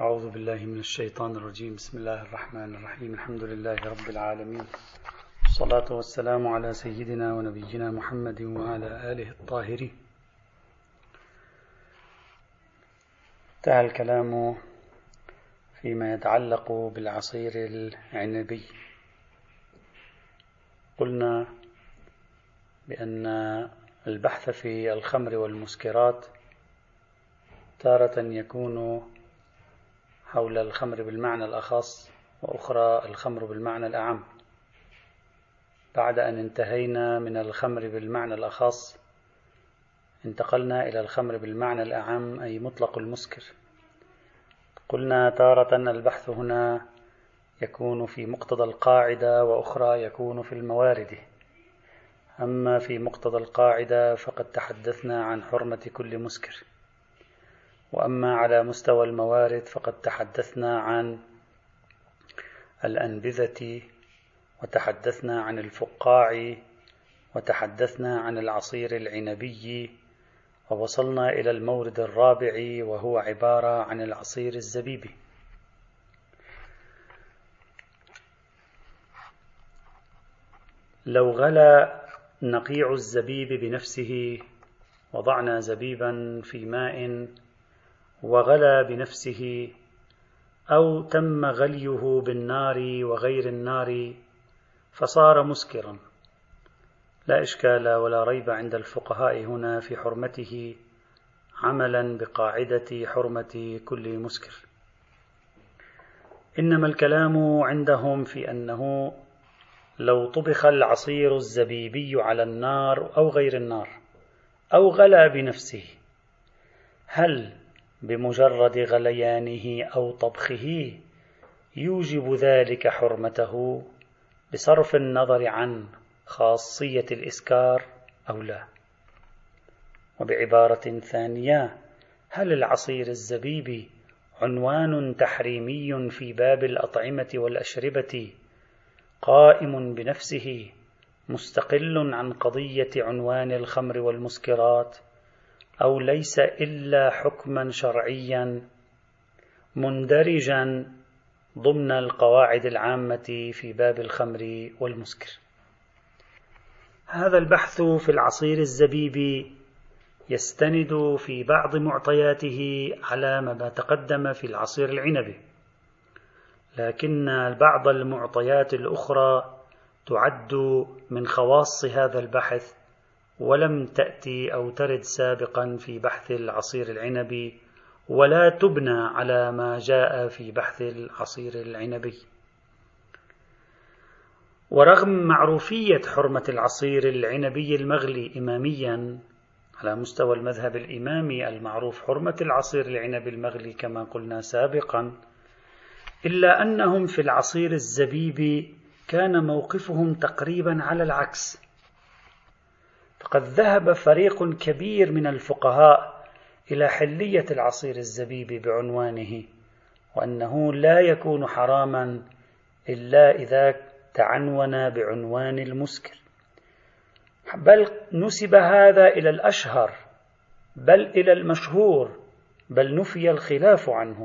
أعوذ بالله من الشيطان الرجيم. بسم الله الرحمن الرحيم. الحمد لله رب العالمين، والصلاة والسلام على سيدنا ونبينا محمد وعلى آله الطاهرين. انتهى الكلام فيما يتعلق بالعصير العنبي. قلنا بأن البحث في الخمر والمسكرات تارة يكون حول الخمر بالمعنى الأخص، وأخرى الخمر بالمعنى الأعم. بعد أن انتهينا من الخمر بالمعنى الأخص انتقلنا إلى الخمر بالمعنى الأعم، أي مطلق المسكر. قلنا تارة البحث هنا يكون في مقتضى القاعدة، وأخرى يكون في الموارد. أما في مقتضى القاعدة فقد تحدثنا عن حرمة كل مسكر، وأما على مستوى الموارد فقد تحدثنا عن الأنبذة، وتحدثنا عن الفقاع، وتحدثنا عن العصير العنبي، ووصلنا إلى المورد الرابع وهو عبارة عن العصير الزبيبي. لو غلى نقيع الزبيب بنفسه، وضعنا زبيبا في ماء وغلى بنفسه، أو تم غليه بالنار وغير النار فصار مسكرا، لا إشكال ولا ريب عند الفقهاء هنا في حرمته، عملا بقاعدة حرمة كل مسكر. إنما الكلام عندهم في أنه لو طبخ العصير الزبيبي على النار أو غير النار أو غلى بنفسه، هل بمجرد غليانه أو طبخه يوجب ذلك حرمته بصرف النظر عن خاصية الإسكار أو لا؟ وبعبارة ثانية، هل العصير الزبيبي عنوان تحريمي في باب الأطعمة والأشربة قائم بنفسه مستقل عن قضية عنوان الخمر والمسكرات، أو ليس إلا حكما شرعيا مندرجا ضمن القواعد العامة في باب الخمر والمسكر؟ هذا البحث في العصير الزبيبي يستند في بعض معطياته على ما تقدم في العصير العنبي، لكن بعض المعطيات الأخرى تعد من خواص هذا البحث ولم تأتي أو ترد سابقا في بحث العصير العنبي، ولا تبنى على ما جاء في بحث العصير العنبي. ورغم معروفية حرمة العصير العنبي المغلي إماميا على مستوى المذهب الإمامي المعروف حرمة العصير العنبي المغلي كما قلنا سابقا، إلا أنهم في العصير الزبيبي كان موقفهم تقريبا على العكس. فقد ذهب فريق كبير من الفقهاء إلى حلية العصير الزبيبي بعنوانه، وأنه لا يكون حراما إلا إذا تعنون بعنوان المسكر، بل نسب هذا إلى الأشهر، بل إلى المشهور، بل نفي الخلاف عنه.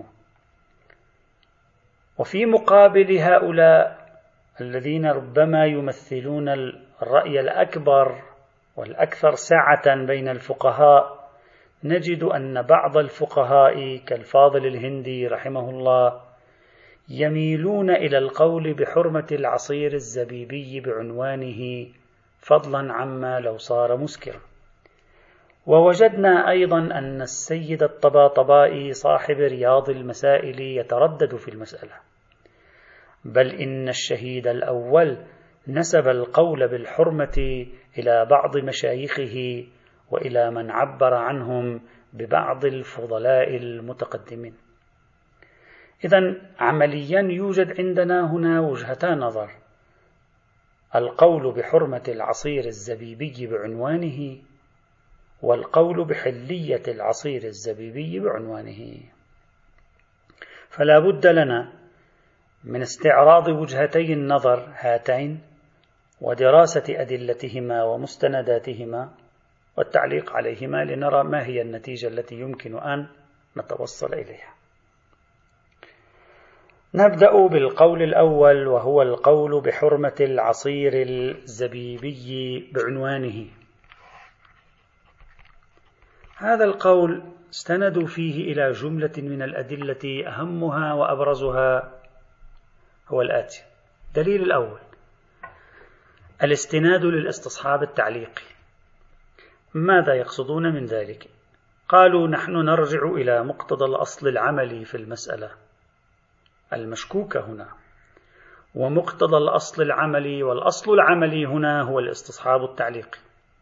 وفي مقابل هؤلاء الذين ربما يمثلون الرأي الأكبر والأكثر سعة بين الفقهاء، نجد أن بعض الفقهاء كالفاضل الهندي رحمه الله يميلون إلى القول بحرمة العصير الزبيبي بعنوانه، فضلا عما لو صار مسكرا. ووجدنا أيضا أن السيد الطباطبائي صاحب رياض المسائل يتردد في المسألة، بل إن الشهيد الأول نسب القول بالحرمة إلى بعض مشايخه وإلى من عبر عنهم ببعض الفضلاء المتقدمين. إذن عمليا يوجد عندنا هنا وجهتان نظر: القول بحرمة العصير الزبيبي بعنوانه، والقول بحلية العصير الزبيبي بعنوانه. فلا بد لنا من استعراض وجهتي النظر هاتين، ودراسة أدلتهما ومستنداتهما، والتعليق عليهما لنرى ما هي النتيجة التي يمكن أن نتوصل إليها. نبدأ بالقول الأول، وهو القول بحرمة العصير الزبيبي بعنوانه. هذا القول استندوا فيه إلى جملة من الأدلة، أهمها وأبرزها هو الآتي. الدليل الأول الاستناد للاستصحاب التعليقي. ماذا يقصدون من ذلك؟ قالوا نحن نرجع إلى مقتضى الأصل العملي في المسألة المشكوكة هنا، ومقتضى الأصل العملي والأصل العملي هنا هو الاستصحاب التعليقي.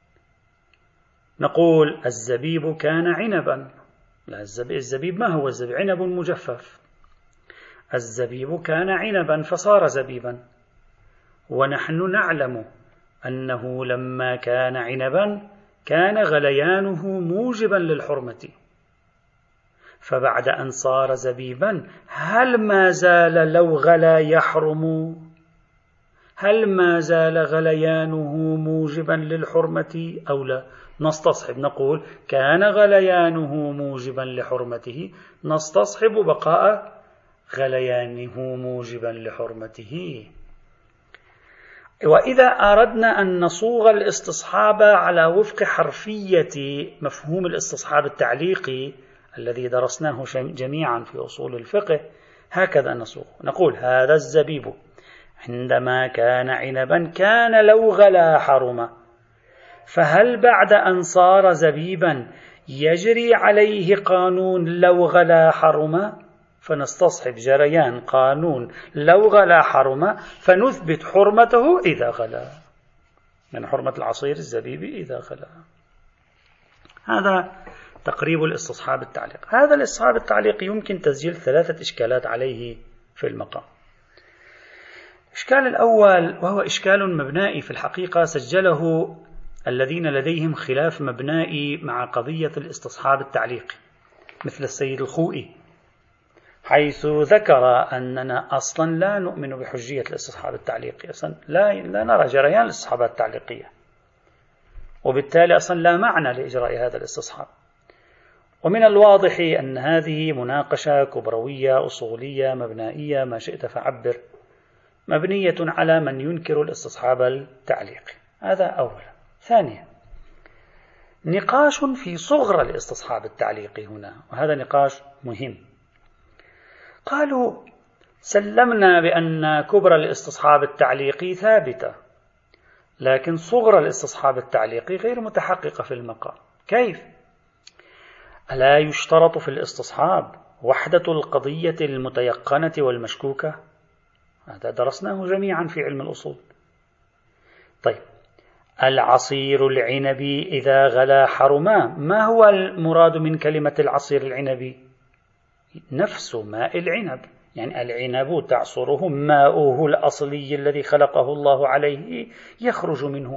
نقول الزبيب كان عنبا. لا، الزبيب ما هو الزبيب؟ عنب مجفف. الزبيب كان عنبا فصار زبيبا، ونحن نعلم أنه لما كان عنبا كان غليانه موجبا للحرمة، فبعد أن صار زبيبا هل ما زال لو غلا يحرم؟ هل ما زال غليانه موجبا للحرمة أو لا؟ نستصحب، نقول كان غليانه موجبا لحرمته، نستصحب بقاء غليانه موجبا لحرمته. وإذا أردنا أن نصوغ الاستصحاب على وفق حرفية مفهوم الاستصحاب التعليقي الذي درسناه جميعا في أصول الفقه، هكذا نصوغ. نقول هذا الزبيب عندما كان عنبا كان لو غلا حرم، فهل بعد أن صار زبيبا يجري عليه قانون لو غلا حرم؟ فنستصحب جريان قانون لو غلا حرم، فنثبت حرمته إذا غلا، من حرمة العصير الزبيبي إذا غلا. هذا تقريب الاستصحاب التعليق. هذا الاستصحاب التعليق يمكن تسجيل 3 إشكالات عليه في المقام. الإشكال الأول، وهو إشكال مبنائي في الحقيقة، سجله الذين لديهم خلاف مبنائي مع قضية الاستصحاب التعليقي، مثل السيد الخوئي، حيث ذكر أننا أصلا لا نؤمن بحجية الاستصحاب التعليقي، أصلا لا نرى جريان الاستصحابات التعليقية، وبالتالي أصلا لا معنى لإجراء هذا الاستصحاب. ومن الواضح أن هذه مناقشة كبروية أصولية مبنائية، ما شئت فعبر، مبنية على من ينكر الاستصحاب التعليقي. هذا أولا. ثانيا، نقاش في صغر الاستصحاب التعليقي هنا، وهذا نقاش مهم. قالوا سلمنا بأن كبر الاستصحاب التعليقي ثابتة، لكن صغر الاستصحاب التعليقي غير متحققة في المقام. كيف؟ ألا يشترط في الاستصحاب وحدة القضية المتيقنة والمشكوكة؟ هذا درسناه جميعا في علم الأصول. طيب، العصير العنبي إذا غلا حرما، ما هو المراد من كلمة العصير العنبي؟ نفس ماء العنب، يعني العنب تعصره ماؤه الأصلي الذي خلقه الله عليه يخرج منه.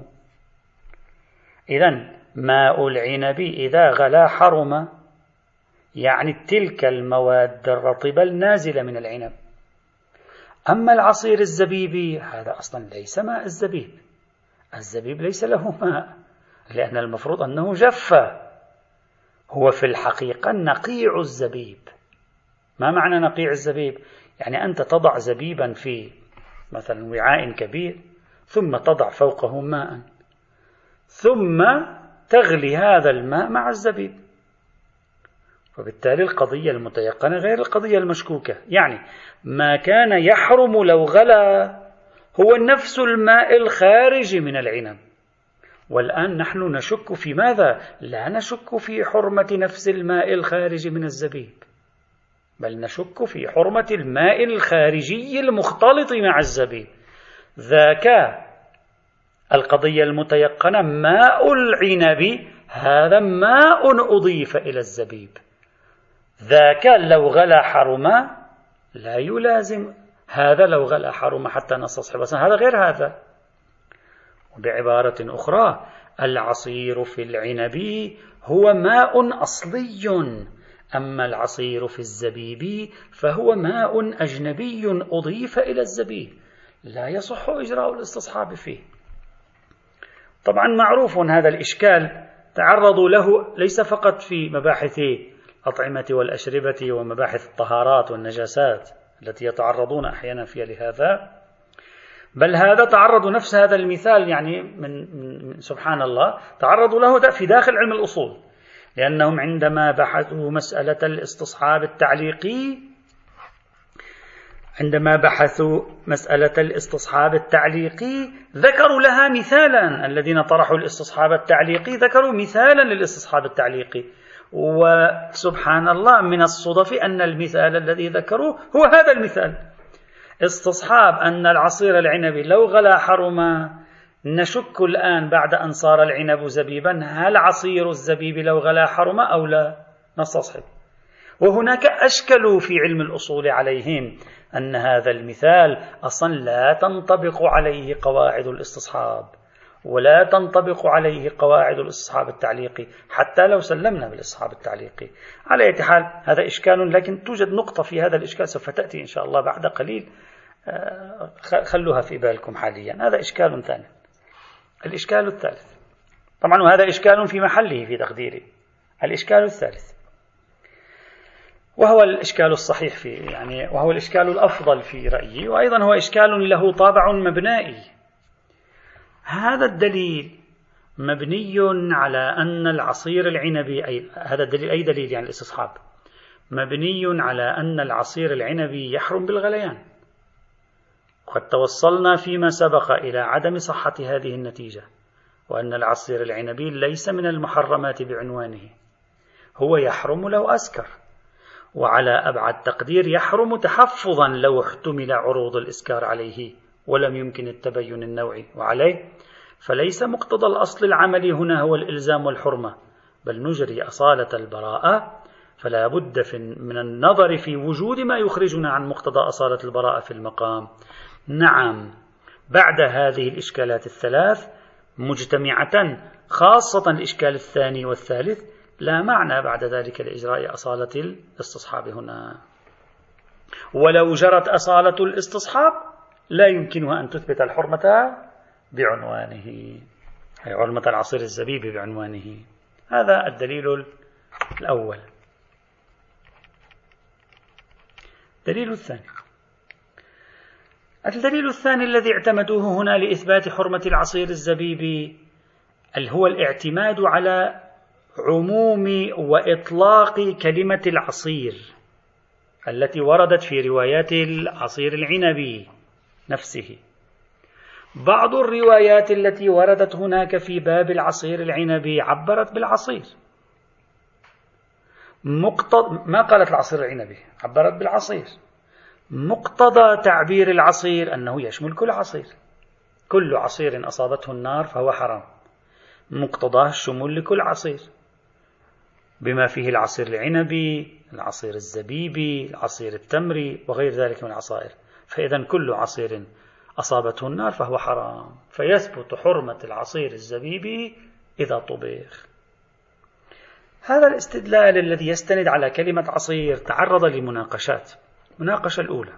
إذن ماء العنب إذا غلا حرم، يعني تلك المواد الرطبة النازلة من العنب. أما العصير الزبيبي هذا أصلا ليس ماء الزبيب، الزبيب ليس له ماء، لأن المفروض أنه جف، هو في الحقيقة نقيع الزبيب. ما معنى نقيع الزبيب؟ يعني أنت تضع زبيبا في مثلا وعاء كبير، ثم تضع فوقه ماء، ثم تغلي هذا الماء مع الزبيب، وبالتالي القضية المتيقنة غير القضية المشكوكة. يعني ما كان يحرم لو غلا هو نفس الماء الخارج من العنب، والآن نحن نشك في ماذا؟ لا نشك في حرمة نفس الماء الخارج من الزبيب، بل نشك في حرمة الماء الخارجي المختلط مع الزبيب. ذاك القضية المتيقنة ماء العنب، هذا ماء أضيف إلى الزبيب. ذاك لو غلا حرم لا يلازم هذا لو غلا حرم حتى نستصحب، هذا غير هذا. وبعبارة أخرى، العصير في العنب هو ماء أصلي، أما العصير في الزبيب فهو ماء أجنبي أضيف إلى الزبيب، لا يصح إجراء الاستصحاب فيه. طبعا معروف هذا الإشكال، تعرضوا له ليس فقط في مباحث الأطعمة والأشربة ومباحث الطهارات والنجاسات، التي يتعرضون أحيانا فيها لهذا، بل هذا تعرضوا نفس هذا المثال يعني من سبحان الله تعرضوا له في داخل علم الأصول، لأنهم عندما بحثوا مسألة الاستصحاب التعليقي ذكروا لها مثالا. الذين طرحوا الاستصحاب التعليقي ذكروا مثالا للاستصحاب التعليقي، وسبحان الله من الصدف أن المثال الذي ذكروه هو هذا المثال، استصحاب أن العصير العنبي لو غلا حرم. نشك الآن بعد أن صار العنب زبيبا هل عصير الزبيب لو غلا حرم أو لا؟ نستصحب. وهناك أشكلوا في علم الأصول عليهم أن هذا المثال أصلا لا تنطبق عليه قواعد الاستصحاب ولا تنطبق عليه قواعد الاستصحاب التعليقي، حتى لو سلمنا بالاستصحاب التعليقي. على أي حال هذا إشكال، لكن توجد نقطة في هذا الإشكال سوف تأتي إن شاء الله بعد قليل، خلوها في بالكم حاليا. هذا إشكال ثاني. الإشكال الثالث، طبعا وهذا إشكال في محله في تقديري، الإشكال الثالث وهو الإشكال الصحيح وهو الإشكال الأفضل في رأيي، وأيضا هو إشكال له طابع مبنائي. هذا الدليل مبني على أن العصير العنبي، هذا الدليل أي دليل يعني الاستصحاب، مبني على أن العصير العنبي يحرم بالغليان. قد توصلنا فيما سبق إلى عدم صحة هذه النتيجة، وأن العصير العنبي ليس من المحرمات بعنوانه، هو يحرم لو أسكر، وعلى أبعد تقدير يحرم تحفظا لو احتمل عروض الإسكار عليه ولم يمكن التبين النوعي وعليه. فليس مقتضى الأصل العملي هنا هو الإلزام والحرمة، بل نجري أصالة البراءة، فلا بد من النظر في وجود ما يخرجنا عن مقتضى أصالة البراءة في المقام. نعم، بعد هذه الإشكالات الثلاث مجتمعة، خاصة الإشكال الثاني والثالث، لا معنى بعد ذلك لإجراء أصالة الاستصحاب هنا. ولو جرت أصالة الاستصحاب لا يمكنها أن تثبت الحرمة بعنوانه، أي حرمة العصير الزبيب بعنوانه. هذا الدليل الأول. الدليل الثاني الذي اعتمدوه هنا لإثبات حرمة العصير الزبيب هو الاعتماد على عموم وإطلاق كلمة العصير التي وردت في روايات العصير العنبي نفسه. بعض الروايات التي وردت هناك في باب العصير العنبي عبرت بالعصير، ما قالت العصير العنبي، عبرت بالعصير. مقتضى تعبير العصير أنه يشمل كل عصير، كل عصير أصابته النار فهو حرام، مقتضاه الشمول لكل عصير، بما فيه العصير العنبي، العصير الزبيبي، العصير التمري وغير ذلك من العصائر. فإذا كل عصير أصابته النار فهو حرام، فيثبت حرمة العصير الزبيبي إذا طبخ. هذا الاستدلال الذي يستند على كلمة عصير تعرض لمناقشات. المناقشة الأولى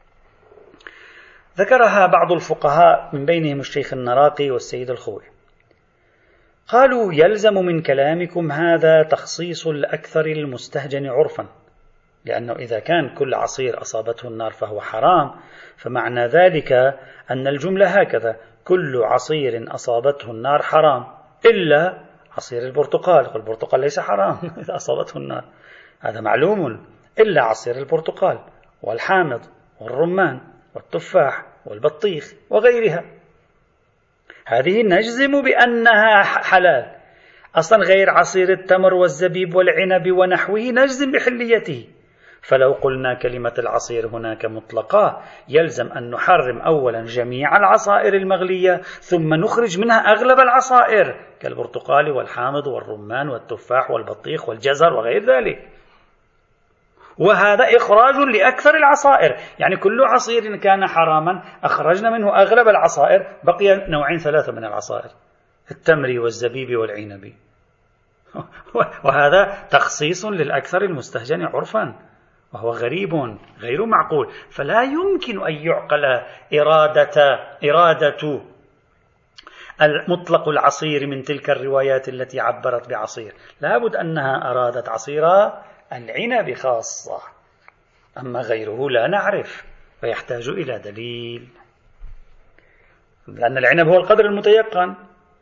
ذكرها بعض الفقهاء من بينهم الشيخ النراقي والسيد الخوي، قالوا: يلزم من كلامكم هذا تخصيص الأكثر المستهجن عرفا، لأنه إذا كان كل عصير أصابته النار فهو حرام، فمعنى ذلك أن الجملة هكذا: كل عصير أصابته النار حرام إلا عصير البرتقال. والبرتقال ليس حرام إذا أصابته النار، هذا معلوم، إلا عصير البرتقال والحامض والرمان والتفاح والبطيخ وغيرها، هذه نجزم بأنها حلال. أصلا غير عصير التمر والزبيب والعنب ونحوه نجزم بحليته. فلو قلنا كلمة العصير هناك مطلقة يلزم أن نحرم أولا جميع العصائر المغلية، ثم نخرج منها أغلب العصائر كالبرتقال والحامض والرمان والتفاح والبطيخ والجزر وغير ذلك. وهذا إخراج لأكثر العصائر، يعني كل عصير كان حراما أخرجنا منه أغلب العصائر، بقي نوعين ثلاثة من العصائر: التمر والزبيب والعنب. وهذا تخصيص للأكثر المستهجن عرفا، وهو غريب غير معقول. فلا يمكن أن يعقل إرادة مطلق العصير من تلك الروايات التي عبرت بعصير، لابد أنها أرادت عصير العنب خاصة. أما غيره لا نعرف، فيحتاج إلى دليل، لأن العنب هو القدر المتيقن.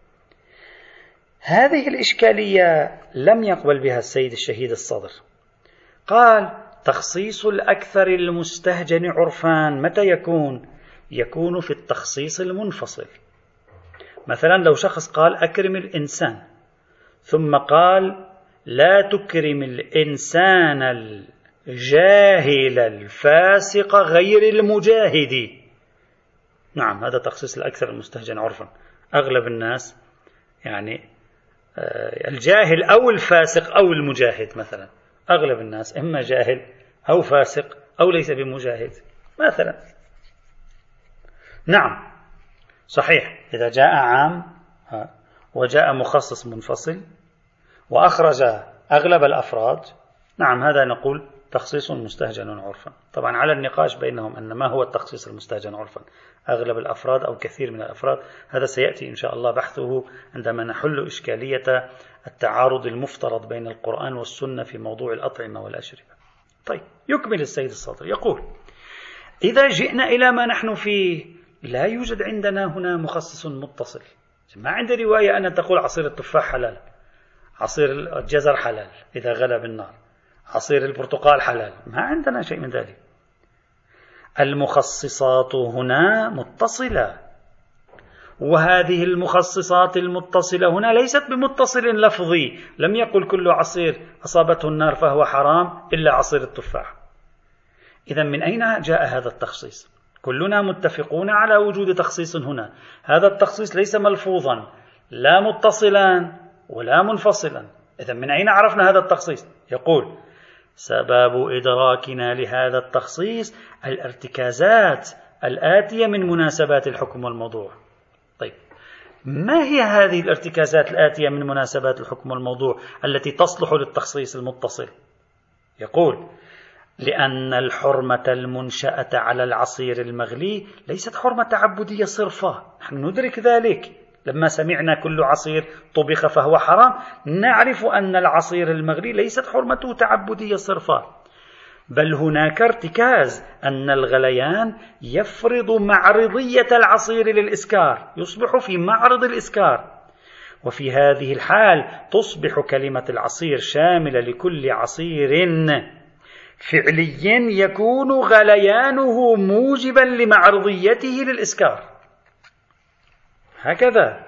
هذه الإشكالية لم يقبل بها السيد الشهيد الصدر. قال: تخصيص الأكثر المستهجن عرفان متى يكون؟ يكون في التخصيص المنفصل. مثلا لو شخص قال أكرم الإنسان، ثم قال لا تكرم الإنسان الجاهل الفاسق غير المجاهد. نعم، هذا تخصيص الأكثر المستهجن عرفا. أغلب الناس يعني الجاهل أو الفاسق أو المجاهد، مثلا أغلب الناس إما جاهل أو فاسق أو ليس بمجاهد مثلا. نعم صحيح، إذا جاء عام وجاء مخصص منفصل وأخرج أغلب الأفراد، نعم هذا نقول تخصيص مستهجن عرفا. طبعا على النقاش بينهم أن ما هو التخصيص المستهجن عرفا، أغلب الأفراد أو كثير من الأفراد، هذا سيأتي إن شاء الله بحثه عندما نحل إشكالية التعارض المفترض بين القرآن والسنة في موضوع الأطعمة والأشربة. طيب، يكمل السيد الصدر يقول: إذا جئنا إلى ما نحن فيه لا يوجد عندنا هنا مخصص متصل. ما عندي رواية أن تقول عصير التفاح حلال، عصير الجزر حلال إذا غلى بالنار، عصير البرتقال حلال، ما عندنا شيء من ذلك. المخصصات هنا متصلة، وهذه المخصصات المتصلة هنا ليست بمتصل لفظي. لم يقل كل عصير أصابته النار فهو حرام إلا عصير التفاح. إذن من أين جاء هذا التخصيص؟ كلنا متفقون على وجود تخصيص هنا. هذا التخصيص ليس ملفوظا لا متصلا ولا منفصلا. إذن من أين عرفنا هذا التخصيص؟ يقول: سبب إدراكنا لهذا التخصيص الارتكازات الآتية من مناسبات الحكم والموضوع. طيب، ما هي هذه الارتكازات الآتية من مناسبات الحكم والموضوع التي تصلح للتخصيص المتصل؟ يقول: لأن الحرمة المنشأة على العصير المغلي ليست حرمة تعبدية صرفة. نحن ندرك ذلك لما سمعنا كل عصير طبخ فهو حرام، نعرف أن العصير المغلي ليست حرمته تعبدية صرفة، بل هناك ارتكاز أن الغليان يفرض معرضية العصير للإسكار، يصبح في معرض الإسكار. وفي هذه الحال تصبح كلمة العصير شاملة لكل عصير فعلي يكون غليانه موجبا لمعرضيته للإسكار. هكذا.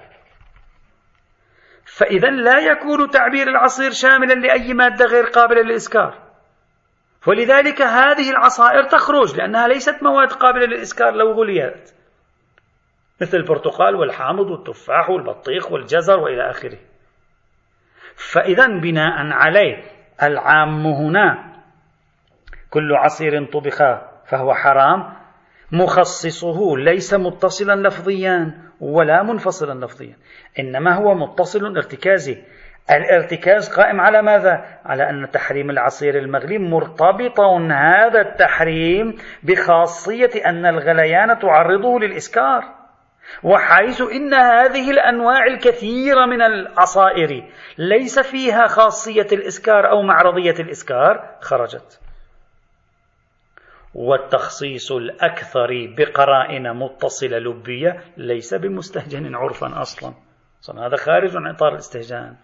فإذا لا يكون تعبير العصير شاملا لأي مادة غير قابلة للإسكار، ولذلك هذه العصائر تخرج لأنها ليست مواد قابلة للإسكار لو غليت، مثل البرتقال والحامض والتفاح والبطيخ والجزر وإلى آخره. فإذا بناء عليه العام هنا كل عصير طبخ فهو حرام، مخصصه ليس متصلا لفظيا ولا منفصلا لفظيا، إنما هو متصل ارتكازي. الارتكاز قائم على ماذا؟ على أن تحريم العصير المغلي مرتبط هذا التحريم بخاصية أن الغليان تعرضه للإسكار، وحيث إن هذه الأنواع الكثيرة من العصائر ليس فيها خاصية الإسكار أو معرضية الإسكار خرجت. والتخصيص الأكثر بقرائن متصلة لبية ليس بمستهجن عرفا أصلا، هذا خارج عن إطار الاستهجان.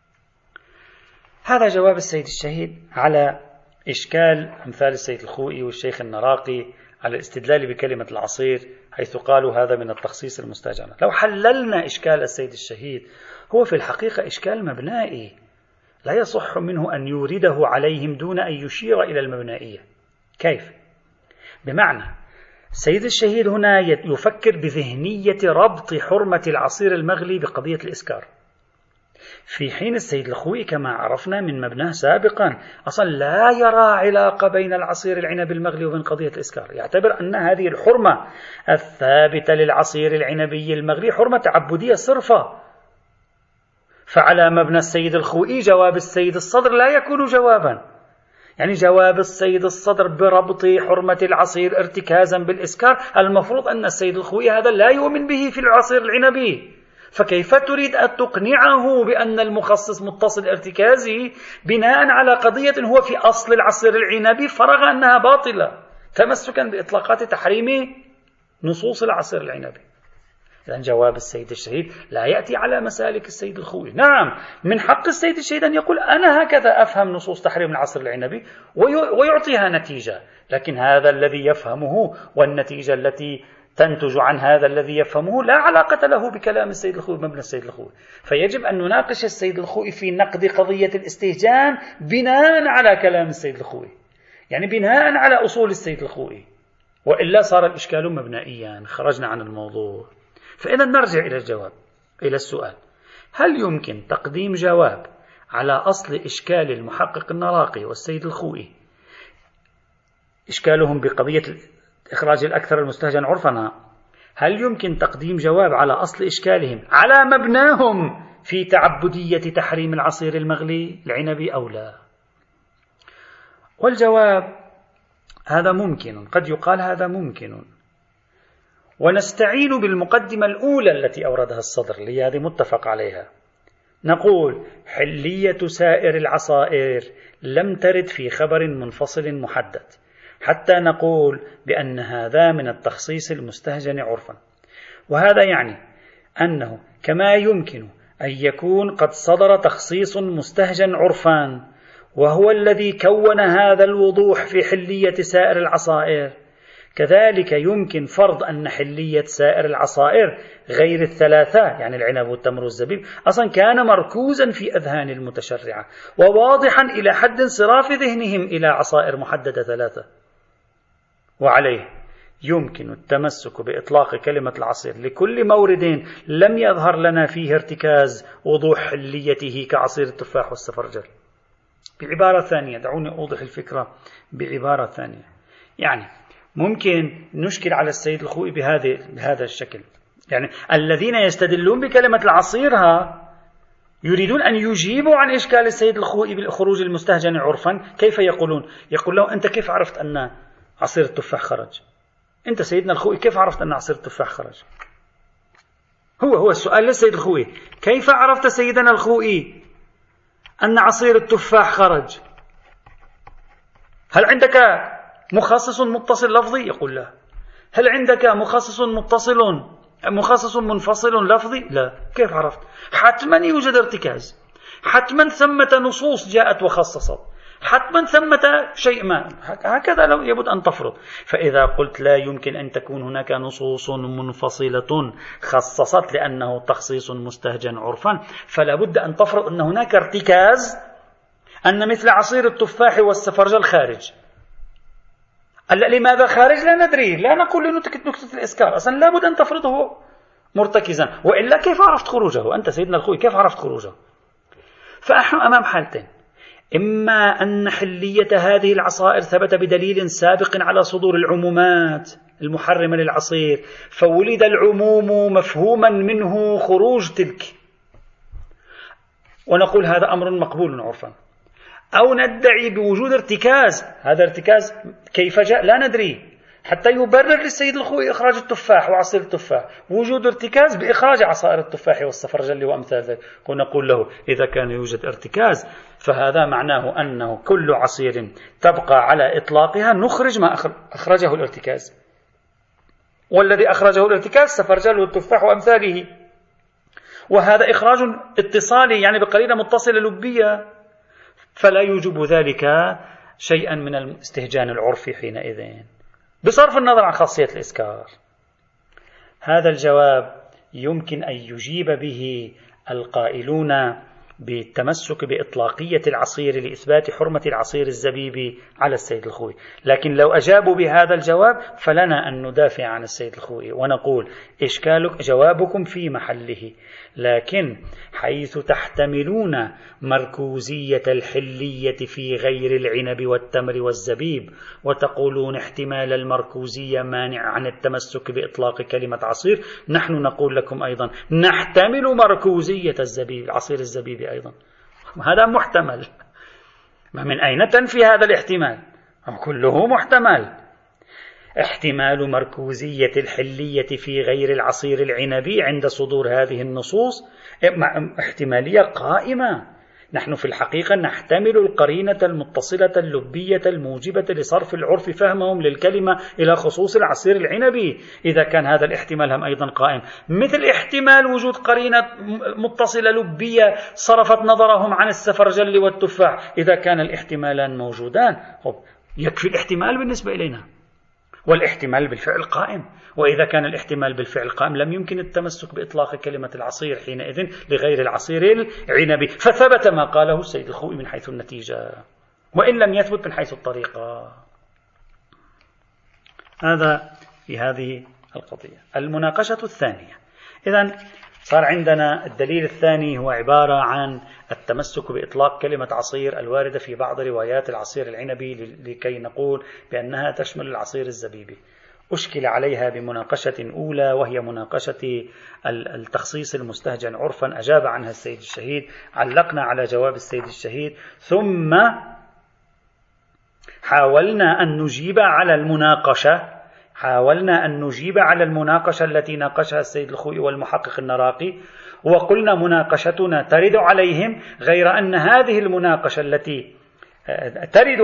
هذا جواب السيد الشهيد على إشكال أمثال السيد الخوئي والشيخ النراقي على الاستدلال بكلمة العصير، حيث قالوا هذا من التخصيص المستهجن. لو حللنا إشكال السيد الشهيد، هو في الحقيقة إشكال مبنائي لا يصح منه أن يورده عليهم دون أن يشير إلى المبنائية. كيف؟ بمعنى السيد الشهيد هنا يفكر بذهنية ربط حرمة العصير المغلي بقضية الإسكار، في حين السيد الخوئي كما عرفنا من مبناه سابقا أصلا لا يرى علاقة بين العصير العنبي المغلي وبين قضية الإسكار، يعتبر أن هذه الحرمة الثابتة للعصير العنبي المغلي حرمة تعبدية صرفة. فعلى مبنى السيد الخوئي جواب السيد الصدر لا يكون جوابا، يعني جواب السيد الصدر بربط حرمة العصير ارتكازا بالإسكار، المفروض أن السيد الخوئي هذا لا يؤمن به في العصير العنبي، فكيف تريد أن تقنعه بأن المخصص متصل ارتكازي بناء على قضية هو في أصل العصير العنبي فرغ أنها باطلة تمسكا بإطلاقات تحريم نصوص العصير العنبي؟ إذن جواب السيد الشهيد لا يأتي على مسالك السيد الخوئي. نعم، من حق السيد الشهيد أن يقول أنا هكذا أفهم نصوص تحريم العصير العنبي ويعطيها نتيجة، لكن هذا الذي يفهمه والنتيجة التي تنتج عن هذا الذي يفهمه لا علاقة له بكلام السيد الخوئي مبنى السيد الخوئي. فيجب أن نناقش السيد الخوئي في نقد قضية الاستهجان بناء على كلام السيد الخوئي، يعني بناء على أصول السيد الخوئي، وإلا صار الإشكال مبنائيا، خرجنا عن الموضوع. فإذا نرجع إلى الجواب، إلى السؤال: هل يمكن تقديم جواب على أصل إشكال المحقق النراقي والسيد الخوئي، إشكالهم بقضية إخراج الأكثر المستهجن عرفا؟ هل يمكن تقديم جواب على أصل إشكالهم على مبناهم في تعبدية تحريم العصير المغلي العنبي أو لا؟ والجواب هذا ممكن، قد يقال هذا ممكن، ونستعين بالمقدمة الأولى التي أوردها الصدر اللي هذه متفق عليها. نقول حلية سائر العصائر لم ترد في خبر منفصل محدد حتى نقول بأن هذا من التخصيص المستهجن عرفا، وهذا يعني أنه كما يمكن أن يكون قد صدر تخصيص مستهجن عرفا وهو الذي كون هذا الوضوح في حلية سائر العصائر، كذلك يمكن فرض أن حلية سائر العصائر غير الثلاثة، يعني العنب والتمر والزبيب، أصلا كان مركوزا في أذهان المتشرعة وواضحا إلى حد انصراف ذهنهم إلى عصائر محددة ثلاثة، وعليه يمكن التمسك بإطلاق كلمة العصير لكل مورد لم يظهر لنا فيه ارتكاز وضوح حليته كعصير التفاح والسفرجل. بعبارة ثانية، دعوني أوضح الفكرة بعبارة ثانية، يعني ممكن نشكل على السيد الخوئي بهذا الشكل، يعني الذين يستدلون بكلمة العصير يريدون أن يجيبوا عن إشكال السيد الخوئي بالخروج المستهجن عرفا. كيف يقولون؟ يقول له أنت كيف عرفت أن عصير التفاح خرج؟ أنت سيدنا الخوئي كيف عرفت أن عصير التفاح خرج؟ هو السؤال للسيد الخوئي، كيف عرفت سيدنا الخوئي أن عصير التفاح خرج؟ هل عندك مخصص متصل لفظي؟ يقول لا. هل عندك مخصص منفصل لفظي؟ لا. كيف عرفت؟ حتما يوجد ارتكاز، حتما ثمة نصوص جاءت وخصصت، حتما ثمة شيء ما، هكذا لو يبد أن تفرض. فإذا قلت لا يمكن أن تكون هناك نصوص منفصلة خصصت لأنه تخصيص مستهجن عرفا، فلا بد أن تفرض أن هناك ارتكاز، أن مثل عصير التفاح والسفرجل خارج. لماذا خارج لا ندري، لا نقول له نكتة الإسكار، أصلا لا بد أن تفرضه مرتكزا، وإلا كيف عرفت خروجه؟ أنت سيدنا الخوئي كيف عرفت خروجه؟ فنحن أمام حالتين: إما أن حلية هذه العصائر ثبت بدليل سابق على صدور العمومات المحرمة للعصير فولد العموم مفهوما منه خروج تلك، ونقول هذا أمر مقبول عرفا، أو ندعي بوجود ارتكاز، هذا ارتكاز كيف جاء لا ندري، حتى يبرر للسيد الخوئي إخراج التفاح وعصير التفاح، وجود ارتكاز بإخراج عصائر التفاح والسفرجل وأمثال ذلك. ونقول له إذا كان يوجد ارتكاز فهذا معناه أنه كل عصير تبقى على إطلاقها نخرج ما أخرجه الارتكاز، والذي أخرجه الارتكاز سفرجل والتفاح وأمثاله، وهذا إخراج اتصالي يعني بقرينة متصلة لبية، فلا يوجب ذلك شيئا من الاستهجان العرفي حينئذ بصرف النظر عن خاصية الإسكار. هذا الجواب يمكن أن يجيب به القائلون بالتمسك بإطلاقية العصير لإثبات حرمة العصير الزبيبي على السيد الخوئي، لكن لو أجابوا بهذا الجواب فلنا أن ندافع عن السيد الخوئي ونقول جوابكم في محله، لكن حيث تحتملون مركوزية الحلية في غير العنب والتمر والزبيب وتقولون احتمال المركوزية مانع عن التمسك بإطلاق كلمة عصير، نحن نقول لكم أيضا نحتمل مركوزية الزبيب عصير الزبيب أيضا، هذا محتمل. من أين تنفي هذا الاحتمال؟ كله محتمل. احتمال مركوزية الحلية في غير العصير العنبي عند صدور هذه النصوص احتمالية قائمة. نحن في الحقيقة نحتمل القرينة المتصلة اللبية الموجبة لصرف العرف فهمهم للكلمة إلى خصوص العصير العنبي، إذا كان هذا الاحتمال هم أيضا قائم، مثل احتمال وجود قرينة متصلة لبية صرفت نظرهم عن السفرجل والتفاح، إذا كان الاحتمالان موجودان يكفي الاحتمال بالنسبة إلينا، والاحتمال بالفعل قائم. وإذا كان الاحتمال بالفعل قائم لم يمكن التمسك بإطلاق كلمة العصير حينئذ لغير العصير العنبي، فثبت ما قاله السيد الخوئي من حيث النتيجة وإن لم يثبت من حيث الطريقة. هذا في هذه القضية. المناقشة الثانية، إذن صار عندنا الدليل الثاني هو عبارة عن التمسك بإطلاق كلمة عصير الواردة في بعض روايات العصير العنبي لكي نقول بأنها تشمل العصير الزبيبي. أشكل عليها بمناقشة أولى وهي مناقشة التخصيص المستهجن عرفا، أجاب عنها السيد الشهيد، علقنا على جواب السيد الشهيد، ثم حاولنا أن نجيب على المناقشة التي ناقشها السيد الخوئي والمحقق النراقي، وقلنا مناقشتنا ترد عليهم، غير أن هذه المناقشة التي ترد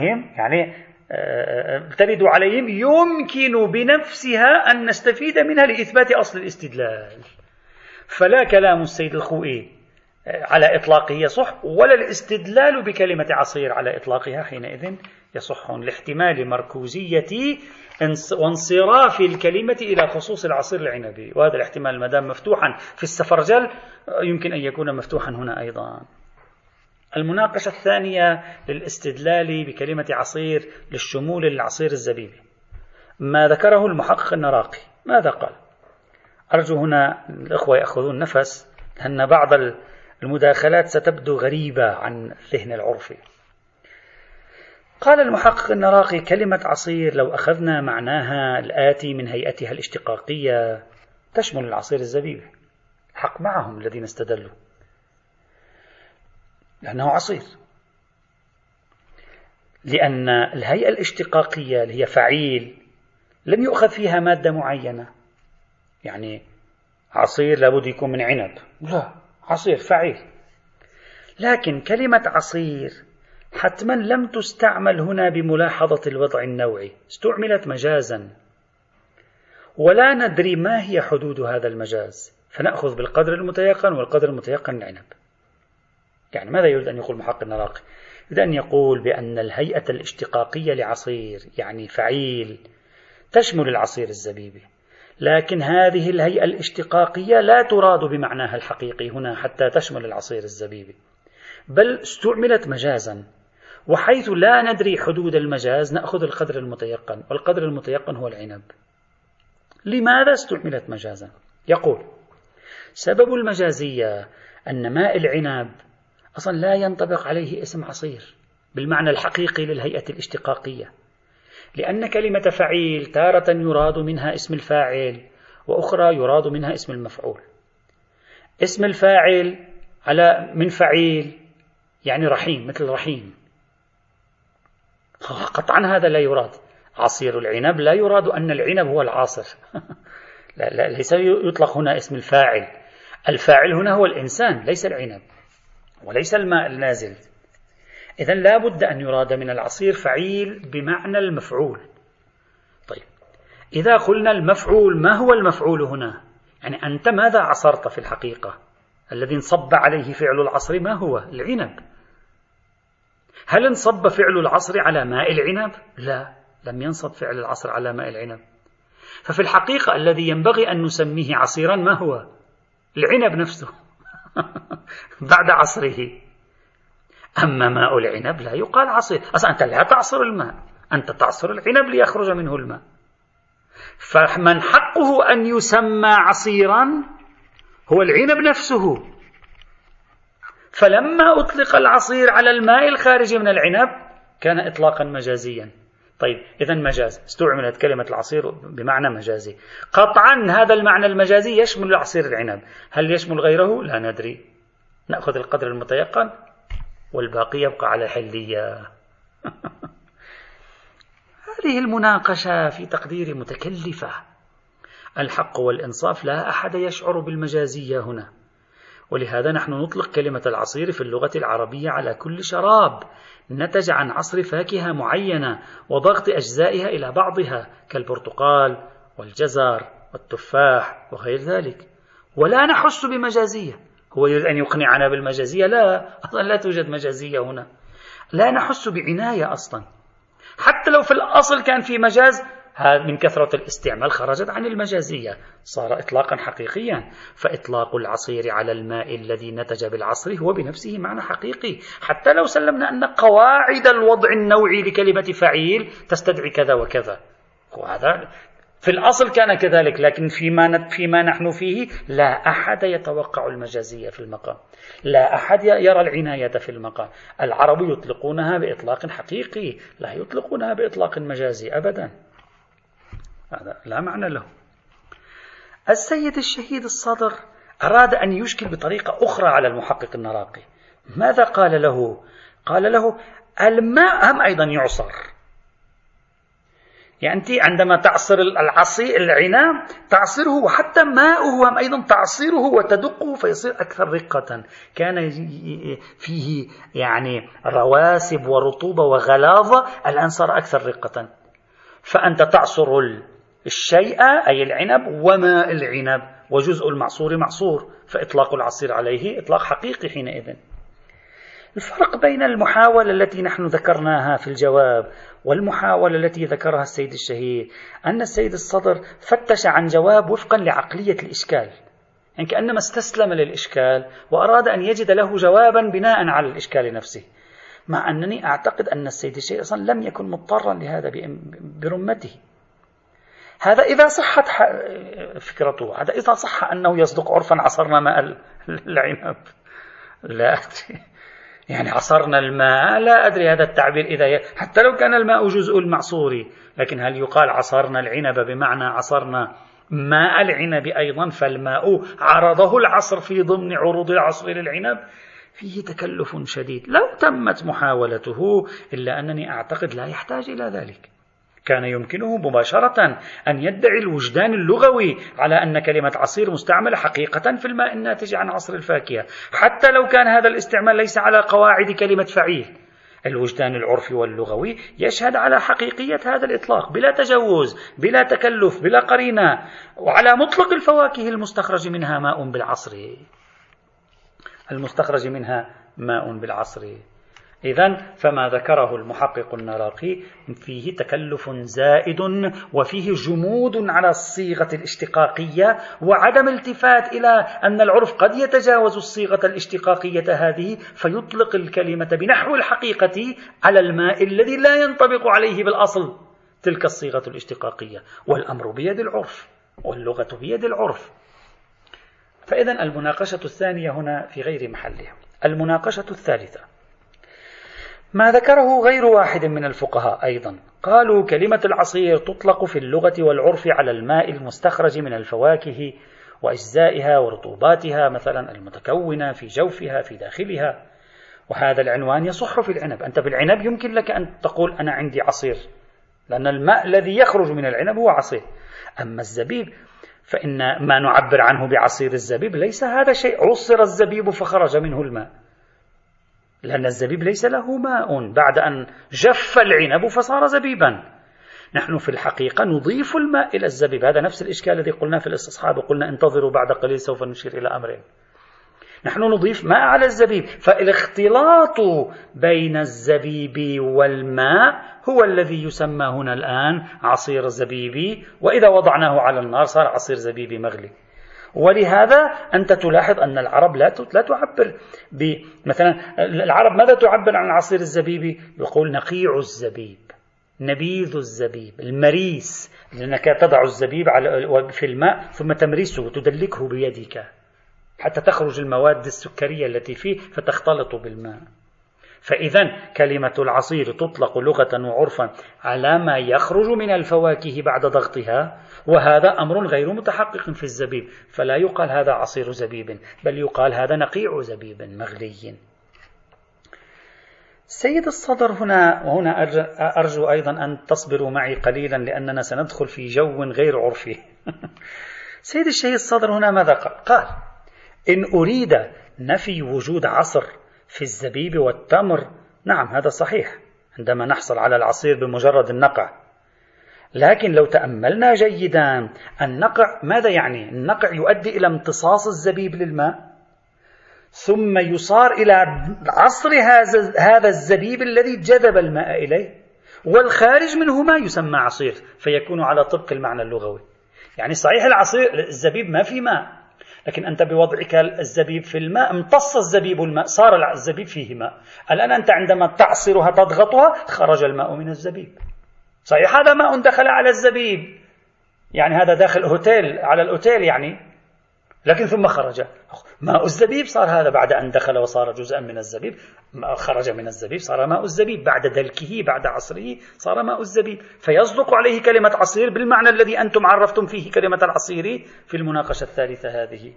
عليهم يمكن بنفسها أن نستفيد منها لإثبات أصل الاستدلال. فلا كلام السيد الخوئي على إطلاقه يصح، ولا الاستدلال بكلمة عصير على إطلاقها حينئذ يصح، لاحتمال مركوزية وانصراف الكلمة إلى خصوص العصير العنبي، وهذا الاحتمال مدام مفتوحا في السفرجل يمكن أن يكون مفتوحا هنا أيضا. المناقشة الثانية للاستدلال بكلمة عصير للشمول للعصير الزبيبي، ما ذكره المحقق النراقي. ماذا قال؟ أرجو هنا الأخوة يأخذون نفس، لأن بعض المداخلات ستبدو غريبة عن الذهن العرفي. قال المحقق النراقي: كلمة عصير لو أخذنا معناها الآتي من هيئتها الاشتقاقية تشمل العصير الزبيبي. حق معهم الذين استدلوا، لأنه عصير، لأن الهيئة الاشتقاقية اللي هي فعيل لم يؤخذ فيها مادة معينة، يعني عصير لابد يكون من عنب، لا، عصير فعيل. لكن كلمة عصير حتما لم تستعمل هنا بملاحظة الوضع النوعي، استعملت مجازا، ولا ندري ما هي حدود هذا المجاز، فنأخذ بالقدر المتيقن، والقدر المتيقن العنب. يعني ماذا يريد أن يقول محقق النراقي؟ يريد أن يقول بأن الهيئة الاشتقاقية لعصير يعني فعيل تشمل العصير الزبيبي، لكن هذه الهيئة الاشتقاقية لا تراد بمعناها الحقيقي هنا حتى تشمل العصير الزبيبي، بل استعملت مجازا، وحيث لا ندري حدود المجاز نأخذ القدر المتيقن، والقدر المتيقن هو العنب. لماذا استعملت مجازا؟ يقول: سبب المجازية أن ماء العنب أصلا لا ينطبق عليه اسم عصير بالمعنى الحقيقي للهيئة الاشتقاقية، لأن كلمة فعيل تارة يراد منها اسم الفاعل، وأخرى يراد منها اسم المفعول. اسم الفاعل من فعيل يعني رحيم، مثل رحيم، قطعا هذا لا يراد. عصير العنب لا يراد أن العنب هو العاصر لا، ليس يطلق هنا اسم الفاعل. الفاعل هنا هو الإنسان، ليس العنب وليس الماء النازل. إذن لا بد أن يراد من العصير فعيل بمعنى المفعول. طيب، إذا قلنا المفعول، ما هو المفعول هنا؟ يعني أنت ماذا عصرت في الحقيقة؟ الذي انصب عليه فعل العصر ما هو؟ العنب. هل انصب فعل العصر على ماء العنب؟ لا، لم ينصب فعل العصر على ماء العنب. ففي الحقيقة الذي ينبغي أن نسميه عصيرا ما هو؟ العنب نفسه بعد عصره. أما ماء العنب لا يقال عصير، أصلا أنت لا تعصر الماء، أنت تعصر العنب ليخرج منه الماء. فمن حقه أن يسمى عصيرا هو العنب نفسه. فلما أطلق العصير على الماء الخارج من العنب كان إطلاقا مجازيا. طيب، إذن مجاز، استعملت كلمة العصير بمعنى مجازي. قطعا هذا المعنى المجازي يشمل العصير العنب، هل يشمل غيره؟ لا ندري، نأخذ القدر المتيقن والباقي يبقى على حلية. هذه المناقشة في تقدير متكلفة. الحق والإنصاف لا أحد يشعر بالمجازية هنا، ولهذا نحن نطلق كلمة العصير في اللغة العربية على كل شراب نتج عن عصر فاكهة معينة وضغط أجزائها إلى بعضها كالبرتقال والجزر والتفاح وغير ذلك، ولا نحس بمجازية. هو يريد أن يقنعنا بالمجازية؟ لا، أصلا لا توجد مجازية هنا، لا نحس بعناية أصلا. حتى لو في الأصل كان في مجاز، من كثرة الاستعمال خرجت عن المجازية، صار إطلاقا حقيقيا. فإطلاق العصير على الماء الذي نتج بالعصر هو بنفسه معنى حقيقي، حتى لو سلمنا أن قواعد الوضع النوعي لكلمة فعيل تستدعي كذا وكذا، وهذا في الأصل كان كذلك، لكن فيما نحن فيه لا أحد يتوقع المجازية في المقام، لا أحد يرى العناية في المقام. العرب يطلقونها بإطلاق حقيقي، لا يطلقونها بإطلاق مجازي أبدا، هذا لا معنى له. السيد الشهيد الصدر أراد أن يشكل بطريقة أخرى على المحقق النراقي. ماذا قال له؟ قال له الماء هم أيضا يعصر. يعني أنت عندما تعصر العصير العناب تعصره، وحتى ماءه هم أيضا تعصره وتدقه فيصير أكثر رقة. كان فيه يعني رواسب ورطوبة وغلاظة، الآن صار أكثر رقة. فأنت تعصر الشيء أي العنب وماء العنب، وجزء المعصور معصور، فإطلاق العصير عليه إطلاق حقيقي حينئذ. الفرق بين المحاولة التي نحن ذكرناها في الجواب والمحاولة التي ذكرها السيد الشهيد أن السيد الصدر فتش عن جواب وفقا لعقلية الإشكال، يعني كأنما استسلم للإشكال وأراد أن يجد له جوابا بناء على الإشكال نفسه، مع أنني أعتقد أن السيد الشهيد أصلا لم يكن مضطرا لهذا برمته. هذا إذا صحت فكرته، هذا إذا صح أنه يصدق عرفا عصرنا ماء العنب، لا يعني عصرنا الماء، لا أدري هذا التعبير إذا حتى لو كان الماء جزء المعصور، لكن هل يقال عصرنا العنب بمعنى عصرنا ماء العنب أيضا؟ فالماء عرضه العصر في ضمن عروض العصر للعنب، فيه تكلف شديد. لو تمت محاولته، إلا أنني أعتقد لا يحتاج إلى ذلك، كان يمكنه مباشرة أن يدعي الوجدان اللغوي على أن كلمة عصير مستعملة حقيقة في الماء الناتج عن عصر الفاكهة، حتى لو كان هذا الاستعمال ليس على قواعد كلمة فعيل. الوجدان العرفي واللغوي يشهد على حقيقية هذا الإطلاق بلا تجوز، بلا تكلف، بلا قرينة، وعلى مطلق الفواكه المستخرج منها ماء بالعصر، المستخرج منها ماء بالعصر. إذن فما ذكره المحقق النراقي فيه تكلف زائد، وفيه جمود على الصيغة الاشتقاقية، وعدم التفات إلى أن العرف قد يتجاوز الصيغة الاشتقاقية هذه فيطلق الكلمة بنحو الحقيقة على الماء الذي لا ينطبق عليه بالأصل تلك الصيغة الاشتقاقية، والأمر بيد العرف واللغة بيد العرف. فإذن المناقشة الثانية هنا في غير محلها. المناقشة الثالثة ما ذكره غير واحد من الفقهاء أيضا، قالوا كلمة العصير تطلق في اللغة والعرف على الماء المستخرج من الفواكه وأجزائها ورطوباتها مثلا المتكونة في جوفها في داخلها، وهذا العنوان يصح في العنب. أنت بالعنب يمكن لك أن تقول أنا عندي عصير، لأن الماء الذي يخرج من العنب هو عصير. أما الزبيب فإن ما نعبر عنه بعصير الزبيب ليس هذا شيء عصر الزبيب فخرج منه الماء، لأن الزبيب ليس له ماء بعد أن جف العنب فصار زبيبا. نحن في الحقيقة نضيف الماء إلى الزبيب، هذا نفس الإشكال الذي قلنا في الاستصحاب وقلنا انتظروا بعد قليل سوف نشير إلى أمرين. نحن نضيف ماء على الزبيب، فالاختلاط بين الزبيب والماء هو الذي يسمى هنا الآن عصير زبيبي، وإذا وضعناه على النار صار عصير زبيبي مغلي. ولهذا أنت تلاحظ أن العرب لا تعبر مثلا العرب ماذا تعبر عن العصير الزبيبي؟ يقول نقيع الزبيب، نبيذ الزبيب، المريس، لأنك تضع الزبيب في الماء ثم تمرسه وتدلكه بيدك حتى تخرج المواد السكرية التي فيه فتختلط بالماء. فإذا كلمة العصير تطلق لغة وعرفا على ما يخرج من الفواكه بعد ضغطها، وهذا أمر غير متحقق في الزبيب، فلا يقال هذا عصير زبيب، بل يقال هذا نقيع زبيب مغلي. سيد الصدر هنا، وهنا أرجو أيضا أن تصبروا معي قليلا لأننا سندخل في جو غير عرفي. سيد الشهيد الصدر هنا ماذا قال؟ إن أريد نفي وجود عصر في الزبيب والتمر، نعم هذا صحيح عندما نحصل على العصير بمجرد النقع، لكن لو تأملنا جيدا النقع ماذا يعني؟ النقع يؤدي إلى امتصاص الزبيب للماء، ثم يصار إلى عصر هذا الزبيب الذي جذب الماء إليه، والخارج منه ما يسمى عصير، فيكون على طبق المعنى اللغوي. يعني صحيح العصير الزبيب ما في ماء، لكن أنت بوضعك الزبيب في الماء امتص الزبيب الماء، صار الزبيب فيه ماء. الآن أنت عندما تعصرها تضغطها خرج الماء من الزبيب. صحيح هذا ماء دخل على الزبيب، يعني هذا داخل أوتيل على الأوتيل يعني، لكن ثم خرج ماء الزبيب، صار هذا بعد أن دخل وصار جزءا من الزبيب، خرج من الزبيب صار ماء الزبيب، بعد دلكه بعد عصره صار ماء الزبيب، فيصدق عليه كلمة عصير بالمعنى الذي أنتم عرفتم فيه كلمة العصير في المناقشة الثالثة هذه.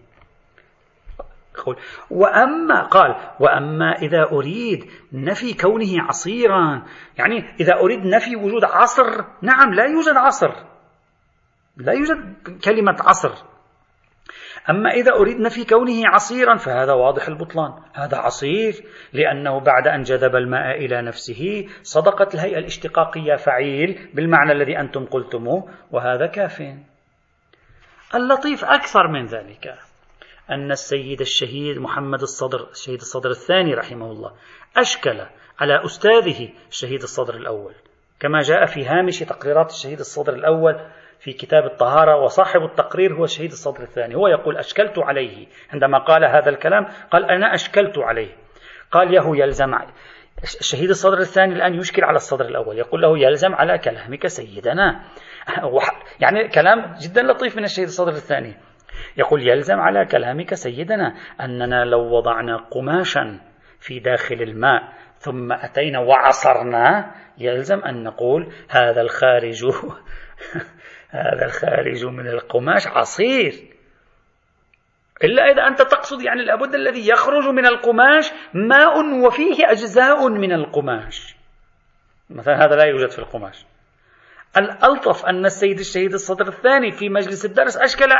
وأما إذا أريد نفي كونه عصيرا، يعني إذا أريد نفي وجود عصر، نعم لا يوجد عصر، لا يوجد كلمة عصر. أما إذا أريد نفي كونه عصيرا فهذا واضح البطلان، هذا عصير لأنه بعد أن جذب الماء إلى نفسه صدقت الهيئة الاشتقاقية فعيل بالمعنى الذي أنتم قلتموه، وهذا كاف. اللطيف أكثر من ذلك أن السيد الشهيد محمد الصدر، الشهيد الصدر الثاني رحمه الله، أشكل على أستاذه الشهيد الصدر الأول، كما جاء في هامش تقريرات الشهيد الصدر الأول في كتاب الطهارة، وصاحب التقرير هو الشهيد الصدر الثاني. هو يقول أشكلت عليه، عندما قال هذا الكلام قال أنا أشكلت عليه، قال له يلزم. الشهيد الصدر الثاني الآن يشكل على الصدر الأول، يقول له يلزم على كلامك سيدنا، يعني كلام جدا لطيف من الشهيد الصدر الثاني، يقول يلزم على كلامك سيدنا أننا لو وضعنا قماشا في داخل الماء ثم أتينا وعصرنا يلزم أن نقول هذا الخارج هذا الخارج من القماش عصير، إلا إذا أنت تقصد يعني لابد الذي يخرج من القماش ماء وفيه أجزاء من القماش، مثلا هذا لا يوجد في القماش. الألطف أن السيد الشهيد الصدر الثاني في مجلس الدرس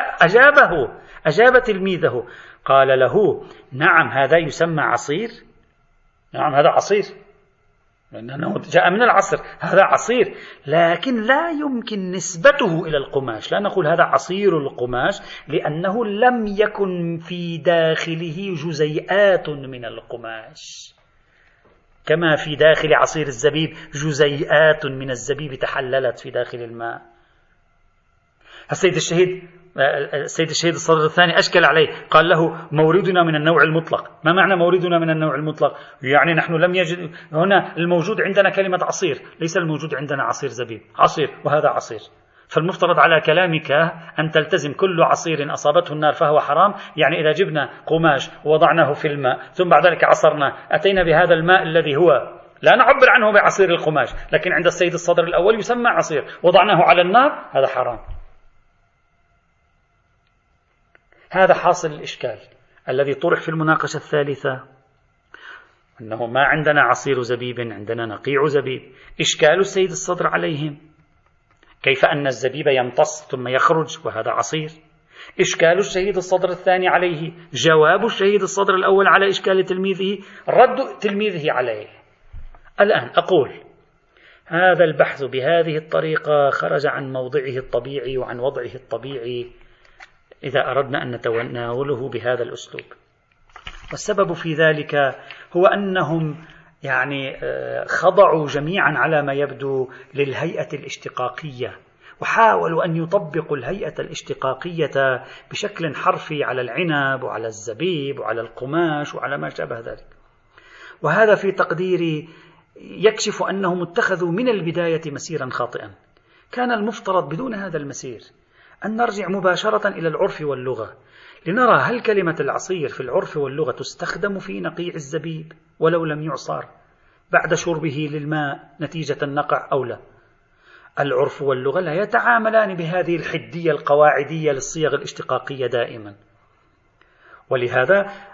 أجاب تلميذه، قال له نعم هذا يسمى عصير، نعم هذا عصير لأنه جاء من العصر، هذا عصير، لكن لا يمكن نسبته إلى القماش، لا نقول هذا عصير القماش لأنه لم يكن في داخله جزيئات من القماش، كما في داخل عصير الزبيب جزيئات من الزبيب تحللت في داخل الماء. السيد الشهيد الصدر الثاني أشكل عليه، قال له موردنا من النوع المطلق. ما معنى موردنا من النوع المطلق؟ يعني نحن لم يجد هنا الموجود عندنا كلمة عصير، ليس الموجود عندنا عصير زبيب، عصير وهذا عصير، فالمفترض على كلامك أن تلتزم كل عصير أصابته النار فهو حرام. يعني إذا جبنا قماش ووضعناه في الماء ثم بعد ذلك عصرنا أتينا بهذا الماء الذي هو لا نعبر عنه بعصير القماش، لكن عند السيد الصدر الأول يسمى عصير، وضعناه على النار هذا حرام. هذا حاصل الإشكال الذي طرح في المناقشة الثالثة، أنه ما عندنا عصير زبيب، عندنا نقيع زبيب. إشكال السيد الصدر عليهم كيف أن الزبيب يمتص ثم يخرج وهذا عصير. إشكال الشهيد الصدر الثاني عليه، جواب الشهيد الصدر الأول على إشكال تلميذه، رد تلميذه عليه. الآن أقول هذا البحث بهذه الطريقة خرج عن موضعه الطبيعي وعن وضعه الطبيعي إذا أردنا أن نتناوله بهذا الأسلوب. والسبب في ذلك هو أنهم يعني خضعوا جميعا على ما يبدو للهيئة الاشتقاقية، وحاولوا أن يطبقوا الهيئة الاشتقاقية بشكل حرفي على العنب وعلى الزبيب وعلى القماش وعلى ما شابه ذلك. وهذا في تقديري يكشف أنهم اتخذوا من البداية مسيرا خاطئا. كان المفترض بدون هذا المسير أن نرجع مباشرة إلى العرف واللغة لنرى هل كلمة العصير في العرف واللغة تستخدم في نقيع الزبيب ولو لم يعصر بعد شربه للماء نتيجة النقع أو لا. العرف واللغة لا يتعاملان بهذه الحدية القواعدية للصيغ الاشتقاقية دائما، ولهذا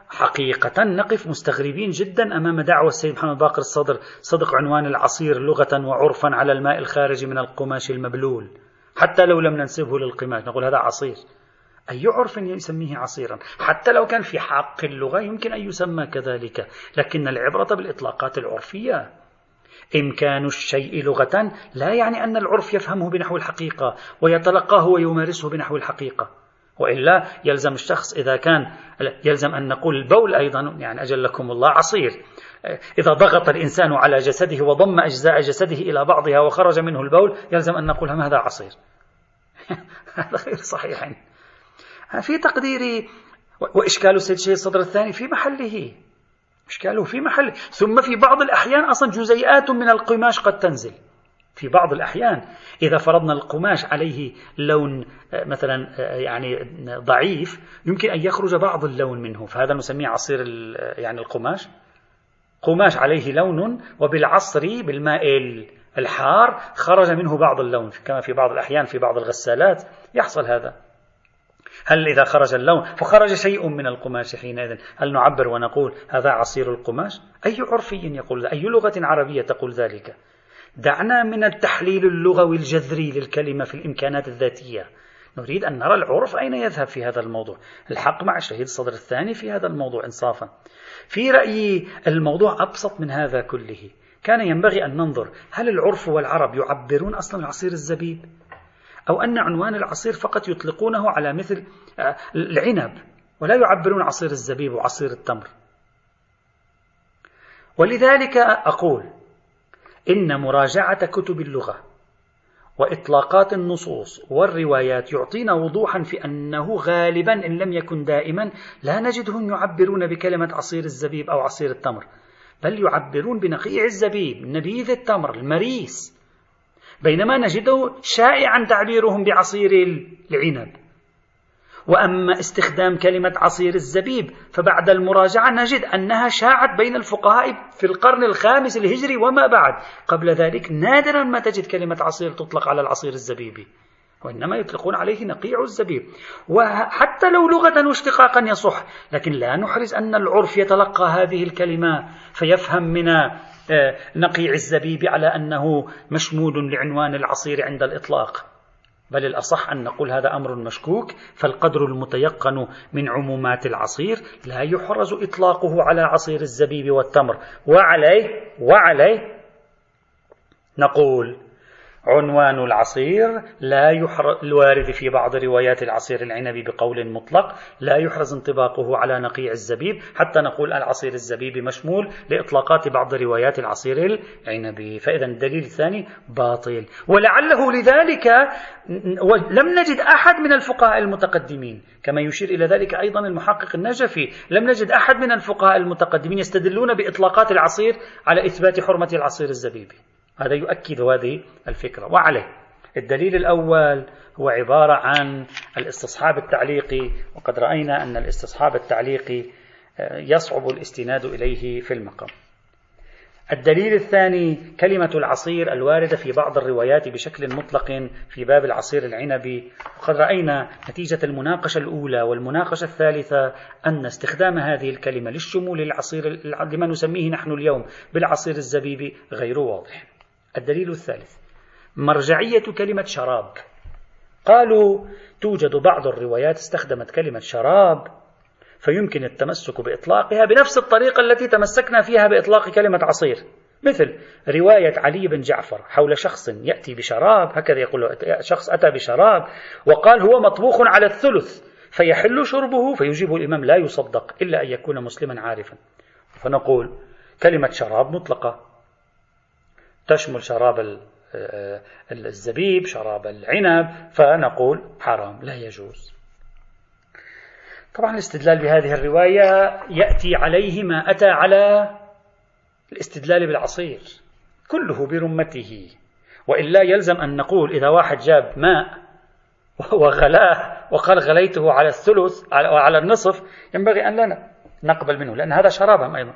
حقيقة نقف مستغربين جدا أمام دعوة السيد محمد باقر الصدر صدق عنوان العصير لغة وعرفا على الماء الخارج من القماش المبلول، حتى لو لم ننسبه للقماش نقول هذا عصير. أي عرف يسميه عصيرا؟ حتى لو كان في حق اللغة يمكن أن يسمى كذلك، لكن العبرة بالإطلاقات العرفية. إمكان الشيء لغة لا يعني أن العرف يفهمه بنحو الحقيقة ويتلقاه ويمارسه بنحو الحقيقة، وإلا يلزم الشخص إذا كان يلزم أن نقول البول أيضا يعني أجلكم الله عصير. إذا ضغط الإنسان على جسده وضم أجزاء جسده إلى بعضها وخرج منه البول يلزم أن نقول هذا عصير. هذا غير صحيح في تقديري. وإشكال السيد الشيخ الصدر الثاني في محله، إشكاله في محله. ثم في بعض الأحيان أصلا جزيئات من القماش قد تنزل في بعض الأحيان. إذا فرضنا القماش عليه لون مثلا يعني ضعيف يمكن أن يخرج بعض اللون منه، فهذا نسميه عصير يعني القماش. قماش عليه لون وبالعصر بالماء الحار خرج منه بعض اللون، كما في بعض الأحيان في بعض الغسالات يحصل هذا. هل إذا خرج اللون فخرج شيء من القماش حينئذ هل نعبر ونقول هذا عصير القماش؟ أي عرفي يقول ذلك؟ أي لغة عربية تقول ذلك؟ دعنا من التحليل اللغوي الجذري للكلمة في الإمكانات الذاتية، نريد أن نرى العرف أين يذهب في هذا الموضوع. الحق مع الشهيد الصدر الثاني في هذا الموضوع إنصافا. في رأيي الموضوع أبسط من هذا كله. كان ينبغي أن ننظر هل العرف والعرب يعبرون أصلا عصير الزبيب، أو أن عنوان العصير فقط يطلقونه على مثل العنب ولا يعبرون عصير الزبيب وعصير التمر. ولذلك أقول إن مراجعة كتب اللغة وإطلاقات النصوص والروايات يعطينا وضوحا في أنه غالبا إن لم يكن دائما لا نجدهم يعبرون بكلمة عصير الزبيب أو عصير التمر، بل يعبرون بنقيع الزبيب، نبيذ التمر، المريس، بينما نجده شائعا تعبيرهم بعصير العنب. وأما استخدام كلمة عصير الزبيب فبعد المراجعة نجد أنها شاعت بين الفقهاء في القرن الخامس الهجري وما بعد. قبل ذلك نادرا ما تجد كلمة عصير تطلق على العصير الزبيبي، وإنما يطلقون عليه نقيع الزبيب. وحتى لو لغة واشتقاقا يصح، لكن لا نحرز أن العرف يتلقى هذه الكلمة فيفهم من نقيع الزبيب على أنه مشمول لعنوان العصير عند الإطلاق، بل الأصح أن نقول هذا أمر مشكوك. فالقدر المتيقن من عمومات العصير لا يحرز إطلاقه على عصير الزبيب والتمر. وعليه نقول عنوان العصير لا يحرز الوارد في بعض روايات العصير العنبي بقول مطلق لا يحرز انطباقه على نقيع الزبيب، حتى نقول العصير الزبيبي مشمول لإطلاقات بعض روايات العصير العنبي. فإذا الدليل الثاني باطل، ولعله لذلك لم نجد أحد من الفقهاء المتقدمين، كما يشير إلى ذلك أيضا المحقق النجفي، لم نجد أحد من الفقهاء المتقدمين يستدلون بإطلاقات العصير على إثبات حرمة العصير الزبيبي. هذا يؤكد هذه الفكرة. وعليه الدليل الأول هو عبارة عن الاستصحاب التعليقي، وقد رأينا أن الاستصحاب التعليقي يصعب الاستناد إليه في المقام. الدليل الثاني كلمة العصير الواردة في بعض الروايات بشكل مطلق في باب العصير العنبي، وقد رأينا نتيجة المناقشة الأولى والمناقشة الثالثة أن استخدام هذه الكلمة للشمول العصير لما نسميه نحن اليوم بالعصير الزبيبي غير واضح. الدليل الثالث مرجعية كلمة شراب. قالوا توجد بعض الروايات استخدمت كلمة شراب فيمكن التمسك بإطلاقها بنفس الطريقة التي تمسكنا فيها بإطلاق كلمة عصير، مثل رواية علي بن جعفر حول شخص يأتي بشراب، هكذا يقول شخص أتى بشراب وقال هو مطبوخ على الثلث فيحل شربه، فيجيب الإمام لا يصدق إلا أن يكون مسلما عارفا. فنقول كلمة شراب مطلقة تشمل شراب الزبيب، شراب العنب، فنقول حرام لا يجوز. طبعا الاستدلال بهذه الرواية يأتي عليه ما أتى على الاستدلال بالعصير كله برمته، وإلا يلزم أن نقول إذا واحد جاب ماء وغلاه وقال غليته على الثلث وعلى النصف ينبغي أن لا نقبل منه، لأن هذا شرابا أيضا،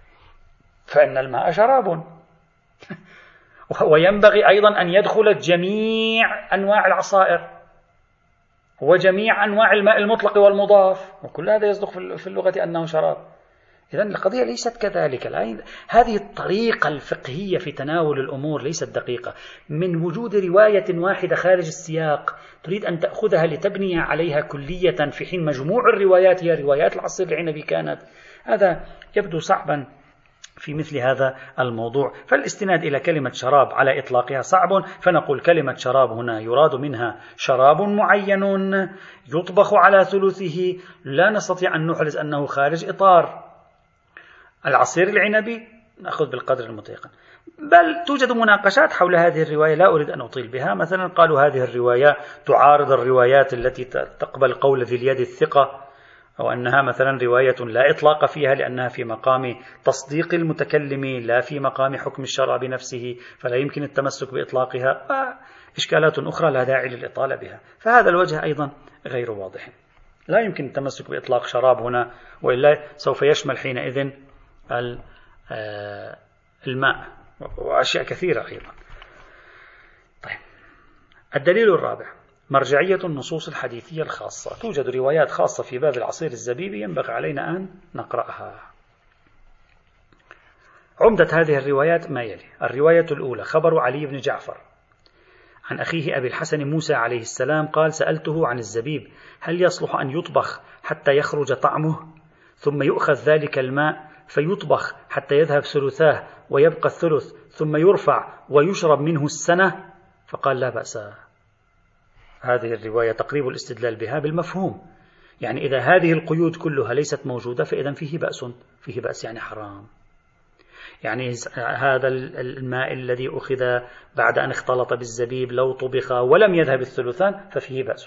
فإن الماء شراب. وينبغي أيضا أن يدخل جميع أنواع العصائر، وجميع أنواع الماء المطلق والمضاف، وكل هذا يصدق في اللغة أنه شراب. إذن القضية ليست كذلك. هذه الطريقة الفقهية في تناول الأمور ليست دقيقة. من وجود رواية واحدة خارج السياق تريد أن تأخذها لتبني عليها كلية، في حين مجموع الروايات هي روايات العصير العنبي كانت، هذا يبدو صعبا في مثل هذا الموضوع. فالاستناد إلى كلمة شراب على إطلاقها صعب، فنقول كلمة شراب هنا يراد منها شراب معين يطبخ على ثلثه، لا نستطيع أن نحرز أنه خارج إطار العصير العنبي، نأخذ بالقدر المتيقن. بل توجد مناقشات حول هذه الرواية لا أريد أن أطيل بها. مثلا قالوا هذه الرواية تعارض الروايات التي تقبل قول ذي اليد الثقة، أو أنها مثلا رواية لا إطلاق فيها لأنها في مقام تصديق المتكلم لا في مقام حكم الشرع بنفسه، فلا يمكن التمسك بإطلاقها. إشكالات أخرى لا داعي للإطالة بها. فهذا الوجه أيضا غير واضح. لا يمكن التمسك بإطلاق شراب هنا، وإلا سوف يشمل حينئذ الماء وأشياء كثيرة أيضا. طيب، الدليل الرابع مرجعية النصوص الحديثية الخاصة. توجد روايات خاصة في باب العصير الزبيبي ينبغي علينا أن نقرأها. عمدة هذه الروايات ما يلي: الرواية الأولى خبر علي بن جعفر عن أخيه أبي الحسن موسى عليه السلام قال: سألته عن الزبيب هل يصلح أن يطبخ حتى يخرج طعمه ثم يؤخذ ذلك الماء فيطبخ حتى يذهب ثلثاه ويبقى الثلث ثم يرفع ويشرب منه السنة؟ فقال: لا بأس. هذه الرواية تقريب الاستدلال بها بالمفهوم، يعني إذا هذه القيود كلها ليست موجودة فإذا فيه بأس. فيه بأس يعني حرام، يعني هذا الماء الذي أخذ بعد أن اختلط بالزبيب لو طبخ ولم يذهب الثلثان ففيه بأس.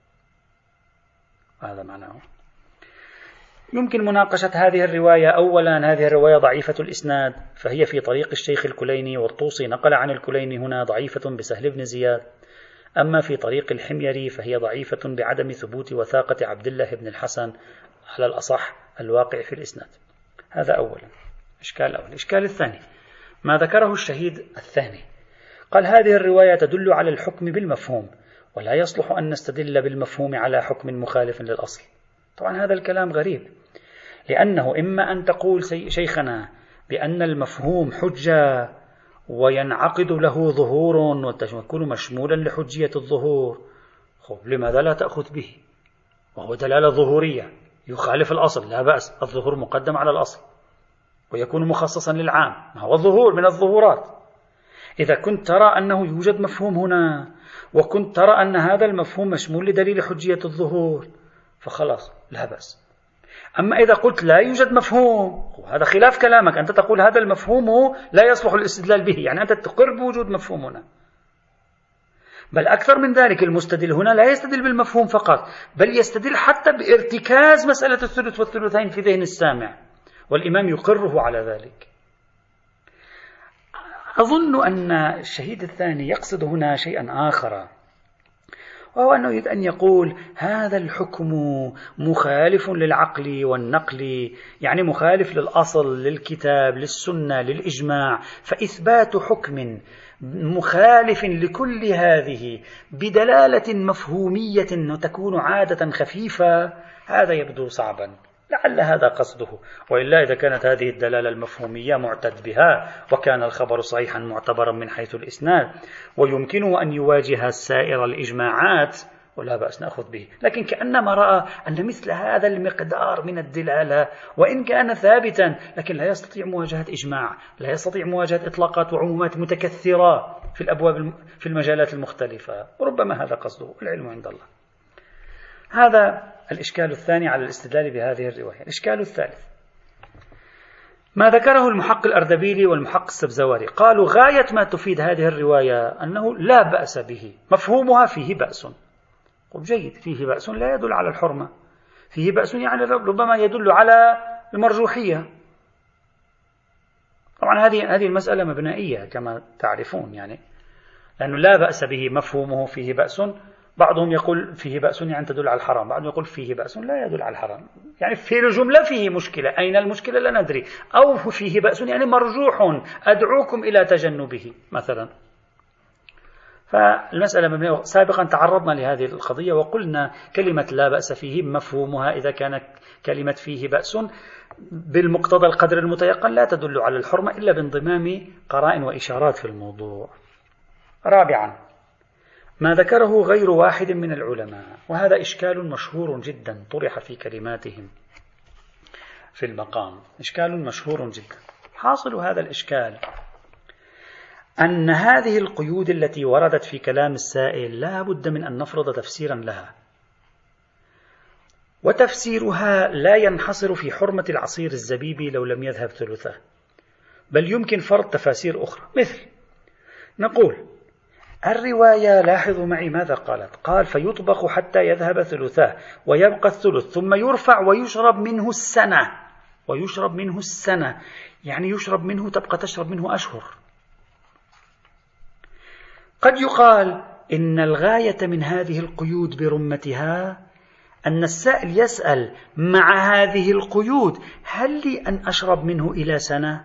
هذا معناه. يمكن مناقشة هذه الرواية. أولا، هذه الرواية ضعيفة الإسناد، فهي في طريق الشيخ الكليني، والطوسي نقل عن الكليني هنا ضعيفة بسهل بن زياد. أما في طريق الحميري فهي ضعيفة بعدم ثبوت وثاقة عبد الله بن الحسن على الأصح الواقع في الإسناد. هذا أولا، إشكال أول. الإشكال الثاني ما ذكره الشهيد الثاني، قال: هذه الرواية تدل على الحكم بالمفهوم، ولا يصلح أن نستدل بالمفهوم على حكم مخالف للأصل. طبعا هذا الكلام غريب، لأنه إما أن تقول شيخنا بأن المفهوم حجة وينعقد له ظهور ويكون مشمولا لحجية الظهور، لماذا لا تأخذ به؟ وهو دلالة ظهورية يخالف الأصل، لا بأس، الظهور مقدم على الأصل ويكون مخصصا للعام، ما هو الظهور من الظهورات. إذا كنت ترى أنه يوجد مفهوم هنا وكنت ترى أن هذا المفهوم مشمول لدليل حجية الظهور فخلاص لا بأس. أما إذا قلت لا يوجد مفهوم، هذا خلاف كلامك، أنت تقول هذا المفهوم لا يصلح الاستدلال به، يعني أنت تقر بوجود مفهوم هنا. بل أكثر من ذلك، المستدل هنا لا يستدل بالمفهوم فقط، بل يستدل حتى بارتكاز مسألة الثلث والثلثين في ذهن السامع، والإمام يقره على ذلك. أظن أن الشهيد الثاني يقصد هنا شيئا آخر، وهو أنه يريد أن يقول هذا الحكم مخالف للعقل والنقل، يعني مخالف للأصل، للكتاب، للسنة، للإجماع، فإثبات حكم مخالف لكل هذه بدلالة مفهومية تكون عادة خفيفة، هذا يبدو صعبا. لعل هذا قصده، وإلا إذا كانت هذه الدلالة المفهومية معتد بها وكان الخبر صحيحا معتبرا من حيث الإسناد ويمكنه أن يواجه سائر الإجماعات ولا بأس نأخذ به، لكن كأنما رأى أن مثل هذا المقدار من الدلالة وإن كان ثابتا لكن لا يستطيع مواجهة إجماع، لا يستطيع مواجهة إطلاقات وعمومات متكثرة في الأبواب في المجالات المختلفة، وربما هذا قصده، العلم عند الله. هذا الإشكال الثاني على الاستدلال بهذه الرواية. الإشكال الثالث ما ذكره المحقق الأردبيلي والمحقق السبزواري، قالوا غاية ما تفيد هذه الرواية أنه لا بأس به، مفهومها فيه بأس. جيد، فيه بأس لا يدل على الحرمة، فيه بأس يعني ربما يدل على المرجوحية. طبعا هذه المسألة مبنائية كما تعرفون، يعني لأنه لا بأس به مفهومه فيه بأس، بعضهم يقول فيه بأس يعني تدل على الحرام، بعضهم يقول فيه بأس لا يدل على الحرام، يعني في الجملة فيه مشكلة، أين المشكلة لا ندري، أو فيه بأس يعني مرجوح أدعوكم إلى تجنبه مثلا. فالمسألة مبنية. سابقا تعرضنا لهذه القضية وقلنا كلمة لا بأس فيه مفهومها إذا كانت كلمة فيه بأس بالمقتضى القدر المتيقن لا تدل على الحرمة إلا بانضمام قرائن وإشارات في الموضوع. رابعا، ما ذكره غير واحد من العلماء، وهذا إشكال مشهور جدا طرح في كلماتهم في المقام، إشكال مشهور جدا. حاصل هذا الإشكال أن هذه القيود التي وردت في كلام السائل لا بد من أن نفرض تفسيرا لها، وتفسيرها لا ينحصر في حرمة العصير الزبيبي لو لم يذهب ثلثه، بل يمكن فرض تفاسير أخرى. مثل نقول الرواية، لاحظوا معي ماذا قالت، قال فيطبخ حتى يذهب ثلثاه ويبقى الثلث ثم يرفع ويشرب منه السنة، ويشرب منه السنة يعني يشرب منه تبقى تشرب منه أشهر. قد يقال إن الغاية من هذه القيود برمتها أن السائل يسأل مع هذه القيود هل لي أن أشرب منه إلى سنة؟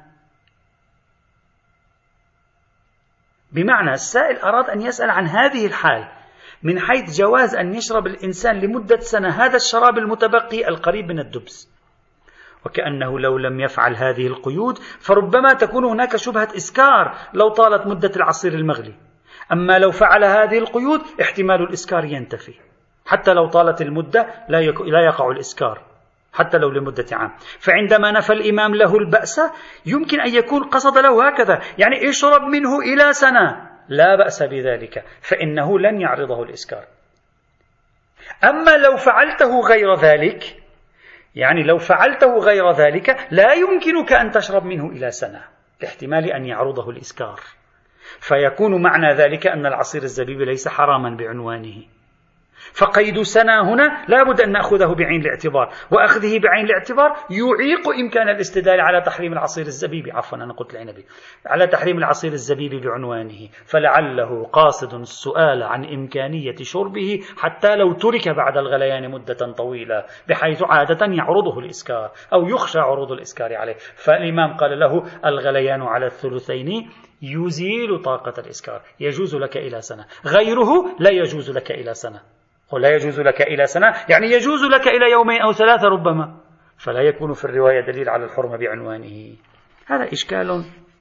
بمعنى السائل أراد أن يسأل عن هذه الحال من حيث جواز أن يشرب الإنسان لمدة سنة هذا الشراب المتبقي القريب من الدبس، وكأنه لو لم يفعل هذه القيود فربما تكون هناك شبهة إسكار لو طالت مدة العصير المغلي، أما لو فعل هذه القيود احتمال الإسكار ينتفي، حتى لو طالت المدة لا يقع الإسكار حتى لو لمدة عام. فعندما نفى الإمام له البأس يمكن أن يكون قصد له هكذا، يعني اشرب منه إلى سنة لا بأس بذلك فإنه لن يعرضه الإسكار. أما لو فعلته غير ذلك، يعني لو فعلته غير ذلك لا يمكنك أن تشرب منه إلى سنة لاحتمال أن يعرضه الإسكار، فيكون معنى ذلك أن العصير الزبيبي ليس حراما بعنوانه. فقيد سنة هنا لا بد أن نأخذه بعين الاعتبار، وأخذه بعين الاعتبار يعيق إمكان الاستدلال على تحريم العصير الزبيبي، عفوا أنا قلت العنبي، على تحريم العصير الزبيبي بعنوانه، فلعله قاصد السؤال عن إمكانية شربه حتى لو ترك بعد الغليان مدة طويلة بحيث عادة يعرضه الإسكار أو يخشى عروض الإسكار عليه، فالإمام قال له الغليان على الثلثين يزيل طاقة الإسكار، يجوز لك إلى سنة، غيره لا يجوز لك إلى سنة. ولا يجوز لك إلى سنة يعني يجوز لك إلى يومين أو ثلاثة ربما، فلا يكون في الرواية دليل على الحرمة بعنوانه. هذا إشكال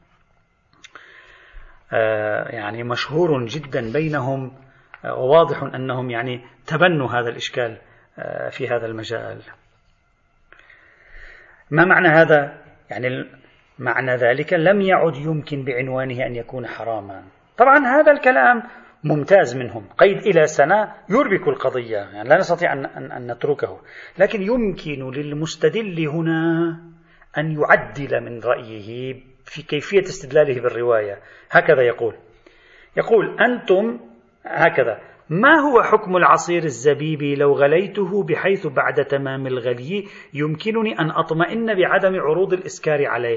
يعني مشهور جدا بينهم، وواضح أنهم يعني تبنوا هذا الإشكال في هذا المجال. ما معنى هذا؟ يعني معنى ذلك لم يعد يمكن بعنوانه أن يكون حراما. طبعا هذا الكلام ممتاز منهم، قيد إلى سنة يربك القضية، يعني لا نستطيع أن نتركه، لكن يمكن للمستدل هنا أن يعدل من رأيه في كيفية استدلاله بالرواية. هكذا يقول أنتم هكذا، ما هو حكم العصير الزبيبي لو غليته بحيث بعد تمام الغلي يمكنني أن أطمئن بعدم عروض الإسكار عليه؟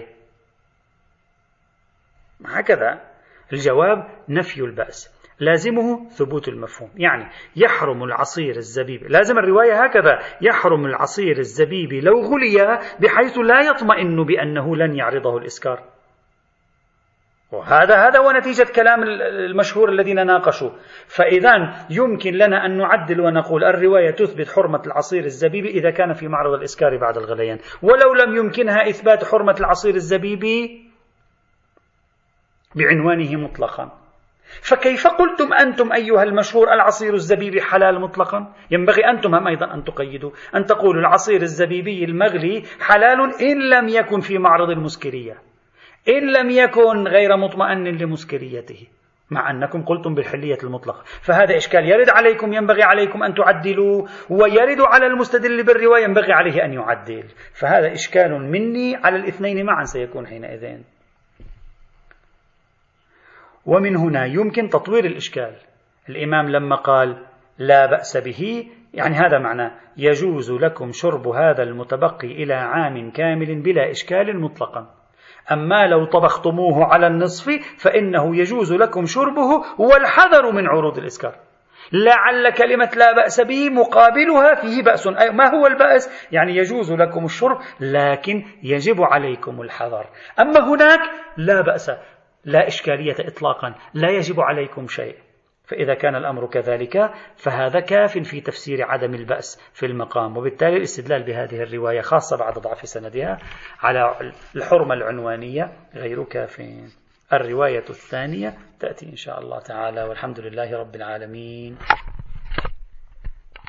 هكذا الجواب نفي البأس، لازمه ثبوت المفهوم، يعني يحرم العصير الزبيبي، لازم الرواية هكذا، يحرم العصير الزبيبي لو غلي بحيث لا يطمئن بأنه لن يعرضه الإسكار. وهذا هو نتيجة كلام المشهور الذين ناقشوا. فإذا يمكن لنا أن نعدل ونقول الرواية تثبت حرمة العصير الزبيبي إذا كان في معرض الإسكار بعد الغليان، ولو لم يمكنها إثبات حرمة العصير الزبيبي بعنوانه مطلقا. فكيف قلتم أنتم أيها المشهور العصير الزبيبي حلال مطلقا؟ ينبغي أنتم هم أيضا أن تقيدوا، أن تقولوا العصير الزبيبي المغلي حلال إن لم يكن في معرض المسكرية، إن لم يكن غير مطمئن لمسكريته، مع أنكم قلتم بالحلية المطلقة. فهذا إشكال يرد عليكم، ينبغي عليكم أن تعدلوا، ويرد على المستدل بالرواية ينبغي عليه أن يعدل. فهذا إشكال مني على الاثنين معا سيكون حينئذ. ومن هنا يمكن تطوير الإشكال. الإمام لما قال لا بأس به يعني هذا معناه يجوز لكم شرب هذا المتبقي إلى عام كامل بلا إشكال مطلقا، أما لو طبختموه على النصف فإنه يجوز لكم شربه والحذر من عروض الإسكار. لعل كلمة لا بأس به مقابلها فيه بأس. أي ما هو البأس؟ يعني يجوز لكم الشرب لكن يجب عليكم الحذر. أما هناك لا بأس، لا إشكالية إطلاقا، لا يجب عليكم شيء. فإذا كان الأمر كذلك فهذا كاف في تفسير عدم البأس في المقام، وبالتالي الاستدلال بهذه الرواية خاصة بعد ضعف سندها على الحرمة العنوانية غير كاف. الرواية الثانية تأتي إن شاء الله تعالى، والحمد لله رب العالمين.